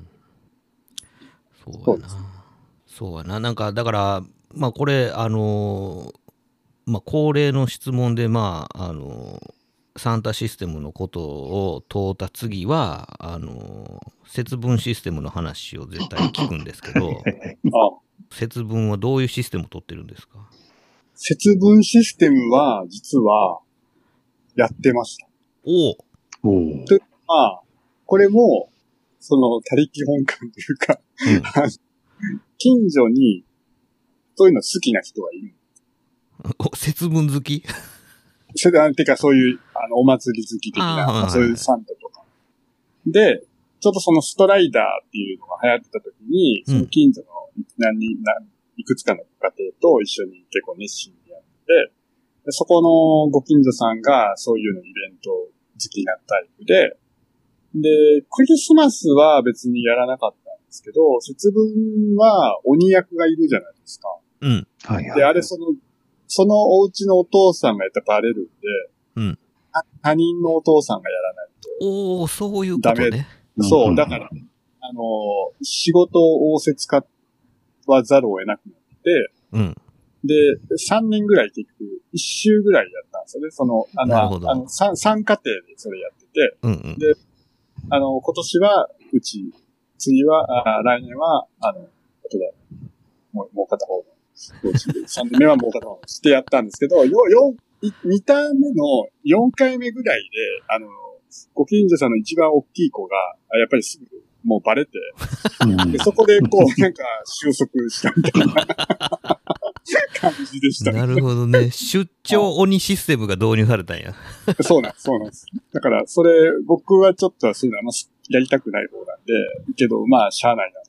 そうやな。そうやな。なんかだからまあこれあのまあ恒例の質問でまああのサンタシステムのことを問うた次はあの節分システムの話を絶対聞くんですけど節分はどういうシステムを取ってるんですか？ 節分システムは実はやってました。 おお。 おでまあこれもその他力本願というか、うん、近所にそういうの好きな人がいる。 お節分好き？ それで、てかそういう、あの、お祭り好き的な、 あ、 まあ、そういうサンタとか。で、ちょっとそのストライダーっていうのが流行ってた時に、その近所の何人、何、いくつかの家庭と一緒に結構熱心にやってて、でそこのご近所さんがそういうのイベント好きなタイプで、で、クリスマスは別にやらなかったんですけど、節分は鬼役がいるじゃないですか。 うん。 はいはい。 で、あれその、そのお家のお父さんがやったらバレるんで、 うん、 他人のお父さんがやらないと。 おお、そういうことね。 そう、だから、あの、仕事を仰せつかわざるを得なくなって、 うん、 で、さんねんぐらい結局、いっ週ぐらいやったんですよね。その、あの、あの 3, 3家庭でそれやってて、 うんうん、で、 あの、今年はうち、次は、あ来年は、あの、ことだ、もう、もう片方の。さんねんめはもう片方してやったんですけど、よ、よ、にターン目のよんかいめぐらいで、あの、ご近所さんの一番大きい子が、やっぱりすぐもうバレて、でそこでこう、なんか収束したみたいな感じでした、ね。 なるほどね。出張鬼システムが導入されたんや。 そうなんです、そうなんです。だから、それ、僕はちょっとそういうのあんまやりたくない方なんで、けど、まあ、しゃあないなって。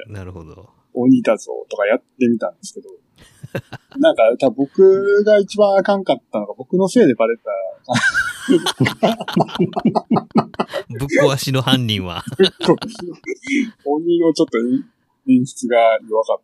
なるほど。 鬼だぞとかやってみたんですけど、なんか多分僕が一番あかんかったのが僕のせいでバレた。 ぶっ壊しの犯人は。 鬼のちょっと演出が弱か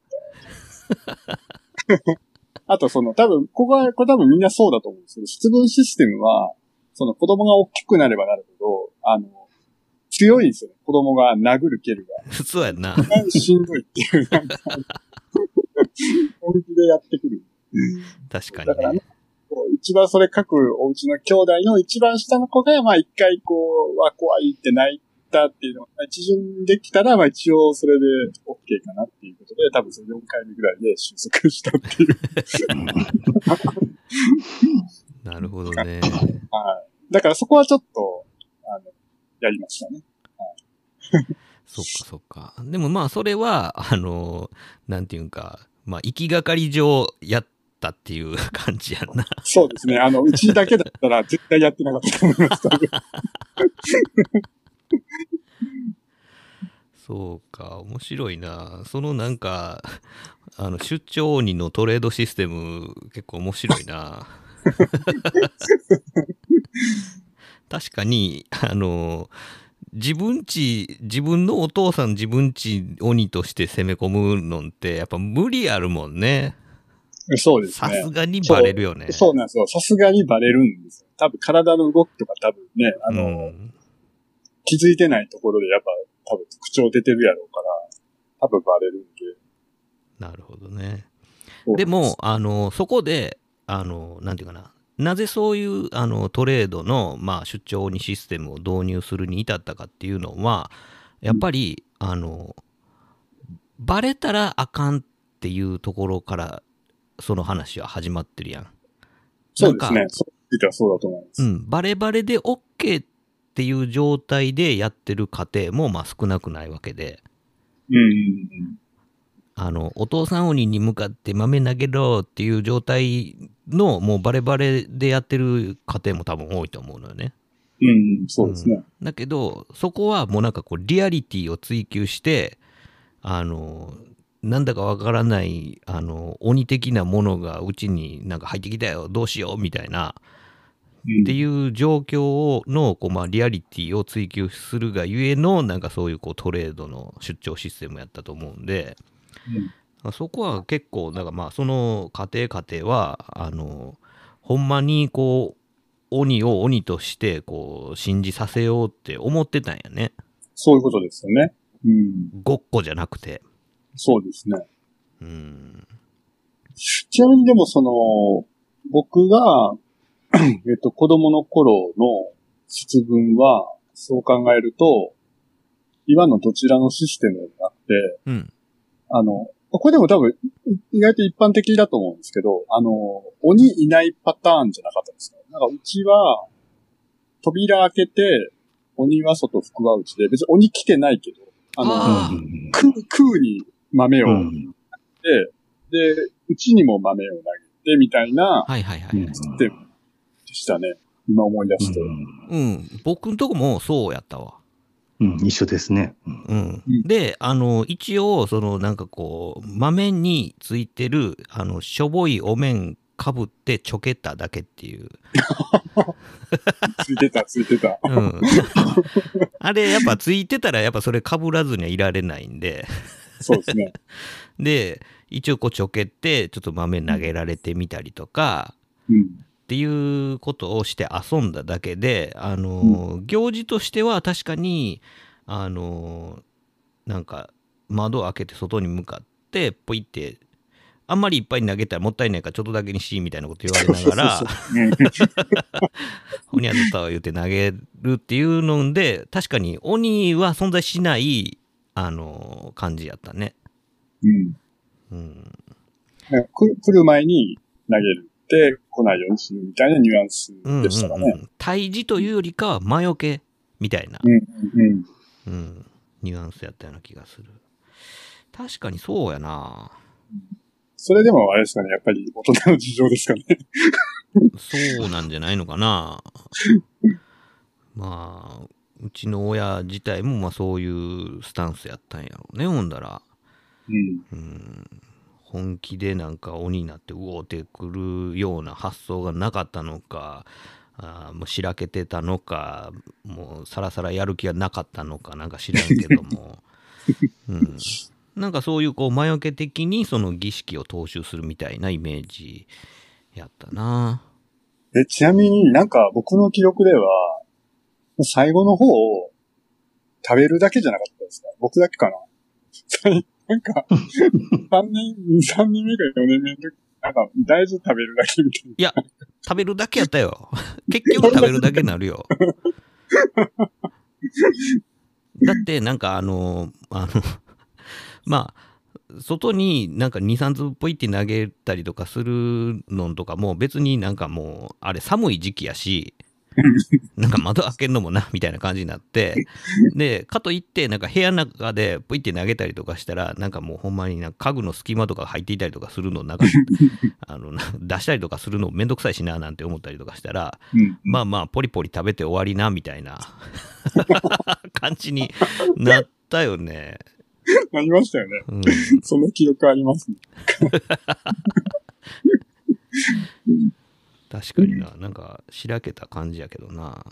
った。あとその多分、ここは、これ多分みんなそうだと思うんですけど、節分システムは、 その子供が大きくなればなるほど、あの、強いんですよね。子供が殴る蹴るが。 そうやんな。 しんどいっていう、なんか、本気でやってくる。 確かだからねにね。 こう一番それ各お家の兄弟の一番下の子が、まあ一回こう、は怖いって泣いたっていうのが一巡できたら、まあ一応それで OK かなっていうことで、多分そのよんかいめぐらいで収束したっていう。 なるほどね。 はい。だからそこはちょっと、あの、やりましたね。 そっかそっか。でもまあそれは、あの、なんていうんか、まあ行きがかり上やったっていう感じやんな。 そうですね。あの、うちだけだったら絶対やってなかったと思います。 そうか、面白いな。そのなんか、あの、出張鬼のトレードシステム結構面白いな。確かに、あの、自分ち、自分のお父さん自分ち鬼として攻め込むのってやっぱ無理あるもんね。 そうですね。 さすがにバレるよね。 そう、そうなんですよ。さすがにバレるんですよ。多分体の動きとか多分ね、あの、 うん、 気づいてないところでやっぱ多分特徴出てるやろうから、多分バレるんで。 なるほどね。でも、あの、そこで、あの、なんていうかな。なぜそういうあのトレードの、まあ、出張鬼システムを導入するに至ったかっていうのはやっぱり、うん、あのバレたらあかんっていうところからその話は始まってるやん。 そうですね。そうそうだと思います。 うん、バレバレで OK っていう状態でやってる家庭もまあ少なくないわけで、 うんうんうん、 あのお父さん鬼に向かって豆投げろっていう状態のもうバレバレでやってる家庭も多分多いと思うのよね。 うん、そうですね。 うん、だけどそこはもうなんかこうリアリティを追求してあのなんだかわからないあの鬼的なものがうちになんか入ってきたよどうしようみたいな、うん、っていう状況のこう、まあ、リアリティを追求するがゆえのなんかそういうこうトレードの出張システムやったと思うんで。うん、そこは結構なんかまあその家庭家庭はあのほんまにこう鬼を鬼としてこう信じさせようって思ってたんやね。 そういうことですよね。うん、 ごっこじゃなくて。 そうですね。 うん、 ちなみにでもその僕がえっと子供の頃の節分はそう考えると今のどちらのシステムでなくて、うん、あの、これでも多分、意外と一般的だと思うんですけど、あの、鬼いないパターンじゃなかったですか？なんかうちは、扉開けて、鬼は外、福は内で、別に鬼来てないけど、あの、あ空、空に豆を投げて、で、うちにも豆を投げて、みたいな、 はいはいはい。 システムでしたね。今思い出すと。 うん。うん、僕んとこもそうやったわ。 うん、一緒ですね。 うん。で、あの、一応、その、なんかこう、豆についてる、あの、しょぼいお面かぶってちょけただけっていう。 ついてた、ついてた。 うん。あれ、やっぱついてたら、やっぱそれかぶらずにはいられないんで。 そうですね。 で、一応こうちょけて、ちょっと豆投げられてみたりとか、 うん、 っていうことをして遊んだだけで、あの、うん、行事としては確かに、あの、なんか窓を開けて外に向かってポイってあんまりいっぱい投げたらもったいないからちょっとだけにしみたいなこと言われながらほにゃずったを言って投げるっていうので確かに鬼は存在しないあの感じやったね。 うん。うん、来る前に投げるって来ないようにするみたいなニュアンスでしたかね。うんうんうん、 退治というよりかは魔除けみたいな、 うんうんうん、ニュアンスやったような気がする。確かにそうやな。 それでもあれですかね、やっぱり大人の事情ですかね。 そうなんじゃないのかな。まあうちの親自体もまあそういうスタンスやったんやろうね。ほんだら、 うんうん、本気でなんか鬼になってうおーってくるような発想がなかったのか、あもうしらけてたのか、もうさらさらやる気がなかったのかなんか知らんけども、うん、なんかそういうこう魔除け的にその儀式を踏襲するみたいなイメージやったな。 え、ちなみになんか僕の記憶では、最後の方を食べるだけじゃなかったですか？僕だけかな？なんか、さんねん、さんねんめかよねんめの時、なんか大豆食べるだけみたいな。 いや、食べるだけやったよ。結局食べるだけになるよ。だってなんかあの、あの、まあ、外になんかに、さんつぶポイって投げたりとかするのとかも別になんかもう、あれ寒い時期やし、なんか窓開けるのもな、みたいな感じになって、で、かといって、なんか部屋の中でポイって投げたりとかしたら、なんかもうほんまになんか家具の隙間とか入っていたりとかするのをなんか、あの、出したりとかするのめんどくさいしな、なんて思ったりとかしたら、 うん、 まあまあ、ポリポリ食べて終わりな、みたいな感じになったよね。 なりましたよね。 うん、 その記憶ありますね。 確かにな、なんか、しらけた感じやけどな。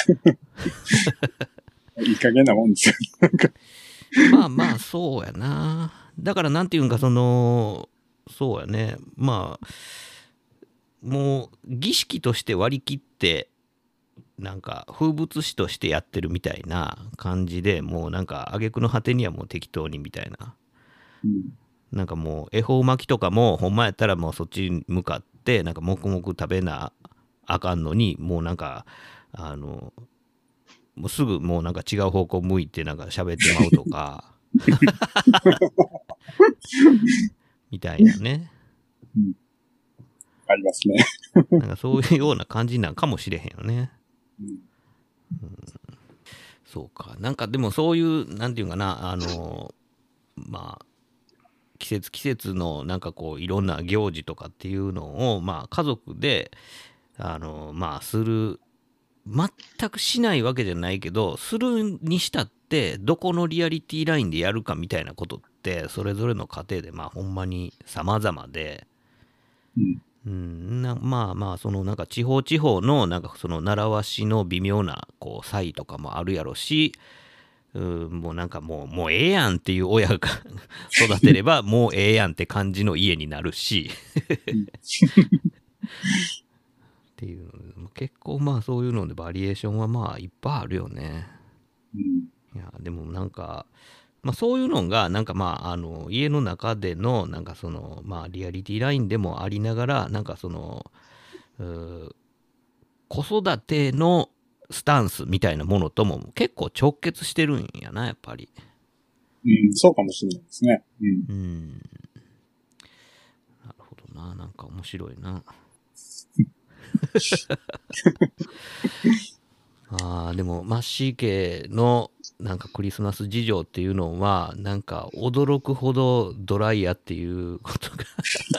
いい加減なもんですよ。 まあまあ、そうやな。だから、なんていうんか、その、そうやね。まあ、もう、儀式として割り切って、なんか、風物詩としてやってるみたいな感じで、もうなんか、挙句の果てにはもう適当にみたいな。 うん、 なんかもう、恵方巻きとかも、ほんまやったらもうそっちに向かって、なんか、黙々食べなあかんのに、もうなんか、あの、もうすぐもうなんか違う方向向いてなんか喋ってまうとか、みたいなね。 うん、ありますね。 なんかそういうような感じなんかもしれへんよね。 うんうん、そうか。なんかでもそういう、なんていうかな、あの、まあ、季節季節のなんかこういろんな行事とかっていうのをまあ家族であのまあする、全くしないわけじゃないけどするにしたってどこのリアリティラインでやるかみたいなことってそれぞれの家庭でまあほんまに様々で、 うんうん、なまあまあそのなんか地方地方のなんかその習わしの微妙なこう差異とかもあるやろし、うん、もうなんかもうもうええやんっていう親が育てればもうええやんって感じの家になるしっていうの結構まあそういうのでバリエーションはまあいっぱいあるよね。 うん、 いやでもなんか、まあ、そういうのがなんかまああの家の中でのなんかそのまあリアリティラインでもありながらなんかそのう子育てのスタンスみたいなものとも結構直結してるんやなやっぱり。 うん、そうかもしれないですね。うん。 うん。なるほどな、なんか面白いな。ああでもマッシー家のなんかクリスマス事情っていうのはなんか驚くほどドライやっていうことが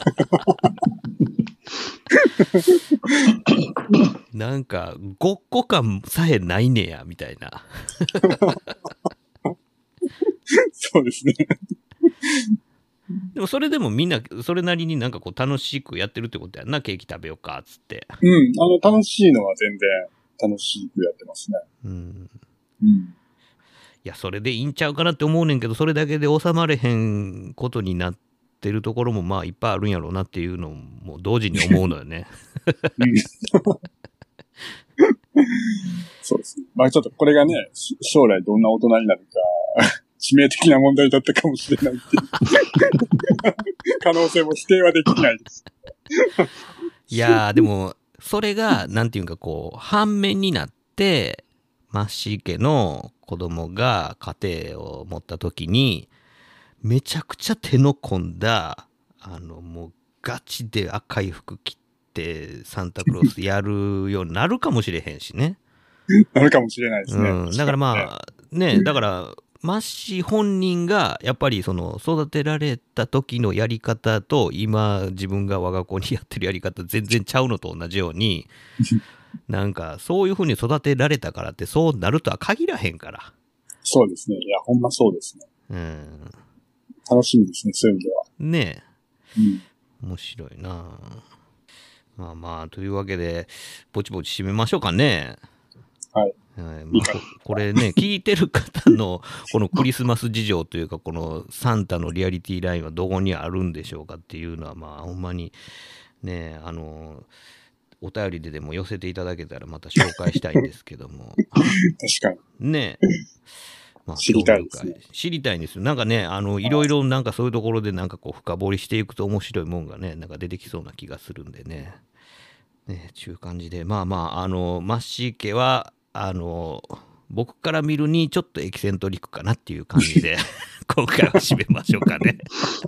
なんかごっこ感さえないねやみたいなそうですね。 でもそれでもみんなそれなりになんかこう楽しくやってるってことやんな。ケーキ食べようかっつって。 うん、あの楽しいのは全然楽しくやってますね。 うん。 うん。 いやそれでいいんちゃうかなって思うねんけど、それだけで収まれへんことになってるところもまあいっぱいあるんやろうなっていうのも同時に思うのよね。 うん、そうですね。まあちょっとこれがね、将来どんな大人になるか致命的な問題だったかもしれないっていう可能性も否定はできないです。 いやーでもそれがなんていうかこう反面になってマッシー家の子供が家庭を持った時にめちゃくちゃ手の込んだあのもうガチで赤い服着てサンタクロースやるようになるかもしれへんしね。 なるかもしれないですね。 うん、だからまあね、だからマッシー本人がやっぱりその育てられた時のやり方と今自分が我が子にやってるやり方全然ちゃうのと同じようになんかそういう風に育てられたからってそうなるとは限らへんから。 そうですね。いやほんまそうですね。 うん。 楽しみですね、そういう意味では。 ねえ。うん。 面白いな。まあまあというわけでぼちぼち締めましょうかね。 はい。 はいまあ、これね聞いてる方のこのクリスマス事情というかこのサンタのリアリティラインはどこにあるんでしょうかっていうのはまあほんまにねあのお便りででも寄せていただけたらまた紹介したいんですけども。 確かに。 ねまあ、 知りたいですね。 知りたいんですよ。なんかね、あの、いろいろなんかそういうところでなんかこう深掘りしていくと面白いもんがね、なんか出てきそうな気がするんでね。ね、ちゅう感じで、まあまあ、あの、マッシー家は、あの、僕から見るにちょっとエキセントリックかなっていう感じで、今回は締めましょうかね。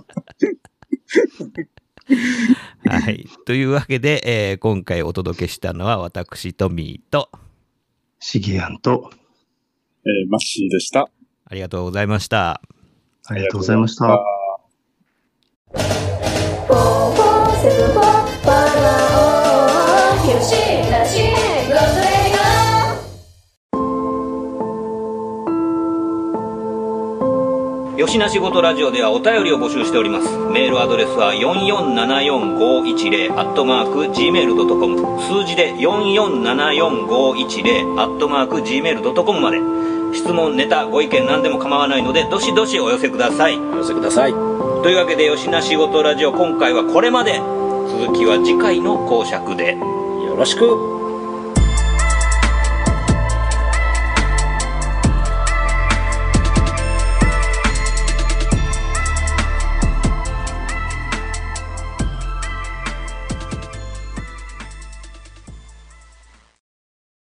はい。というわけで、えー今回お届けしたのは私、トミーと、 シゲアンと、 えー、マッシーでした。 ありがとうございました。 ありがとうございました。 フォーフォーセブンフォーバナーよしなしゴートレディよしなしごとラジオではお便りを募集しております。メールアドレスはよんよんななよんごいちゼロアットマークジーメールドットコム、 数字でよんよんななよんごいちゼロアットマークジーメールドットコム まで。質問、ネタ、ご意見何でも構わないのでどしどしお寄せください。 お寄せください。 というわけでよしなしごとラジオ今回はこれまで。続きは次回の講釈で。 よろしく。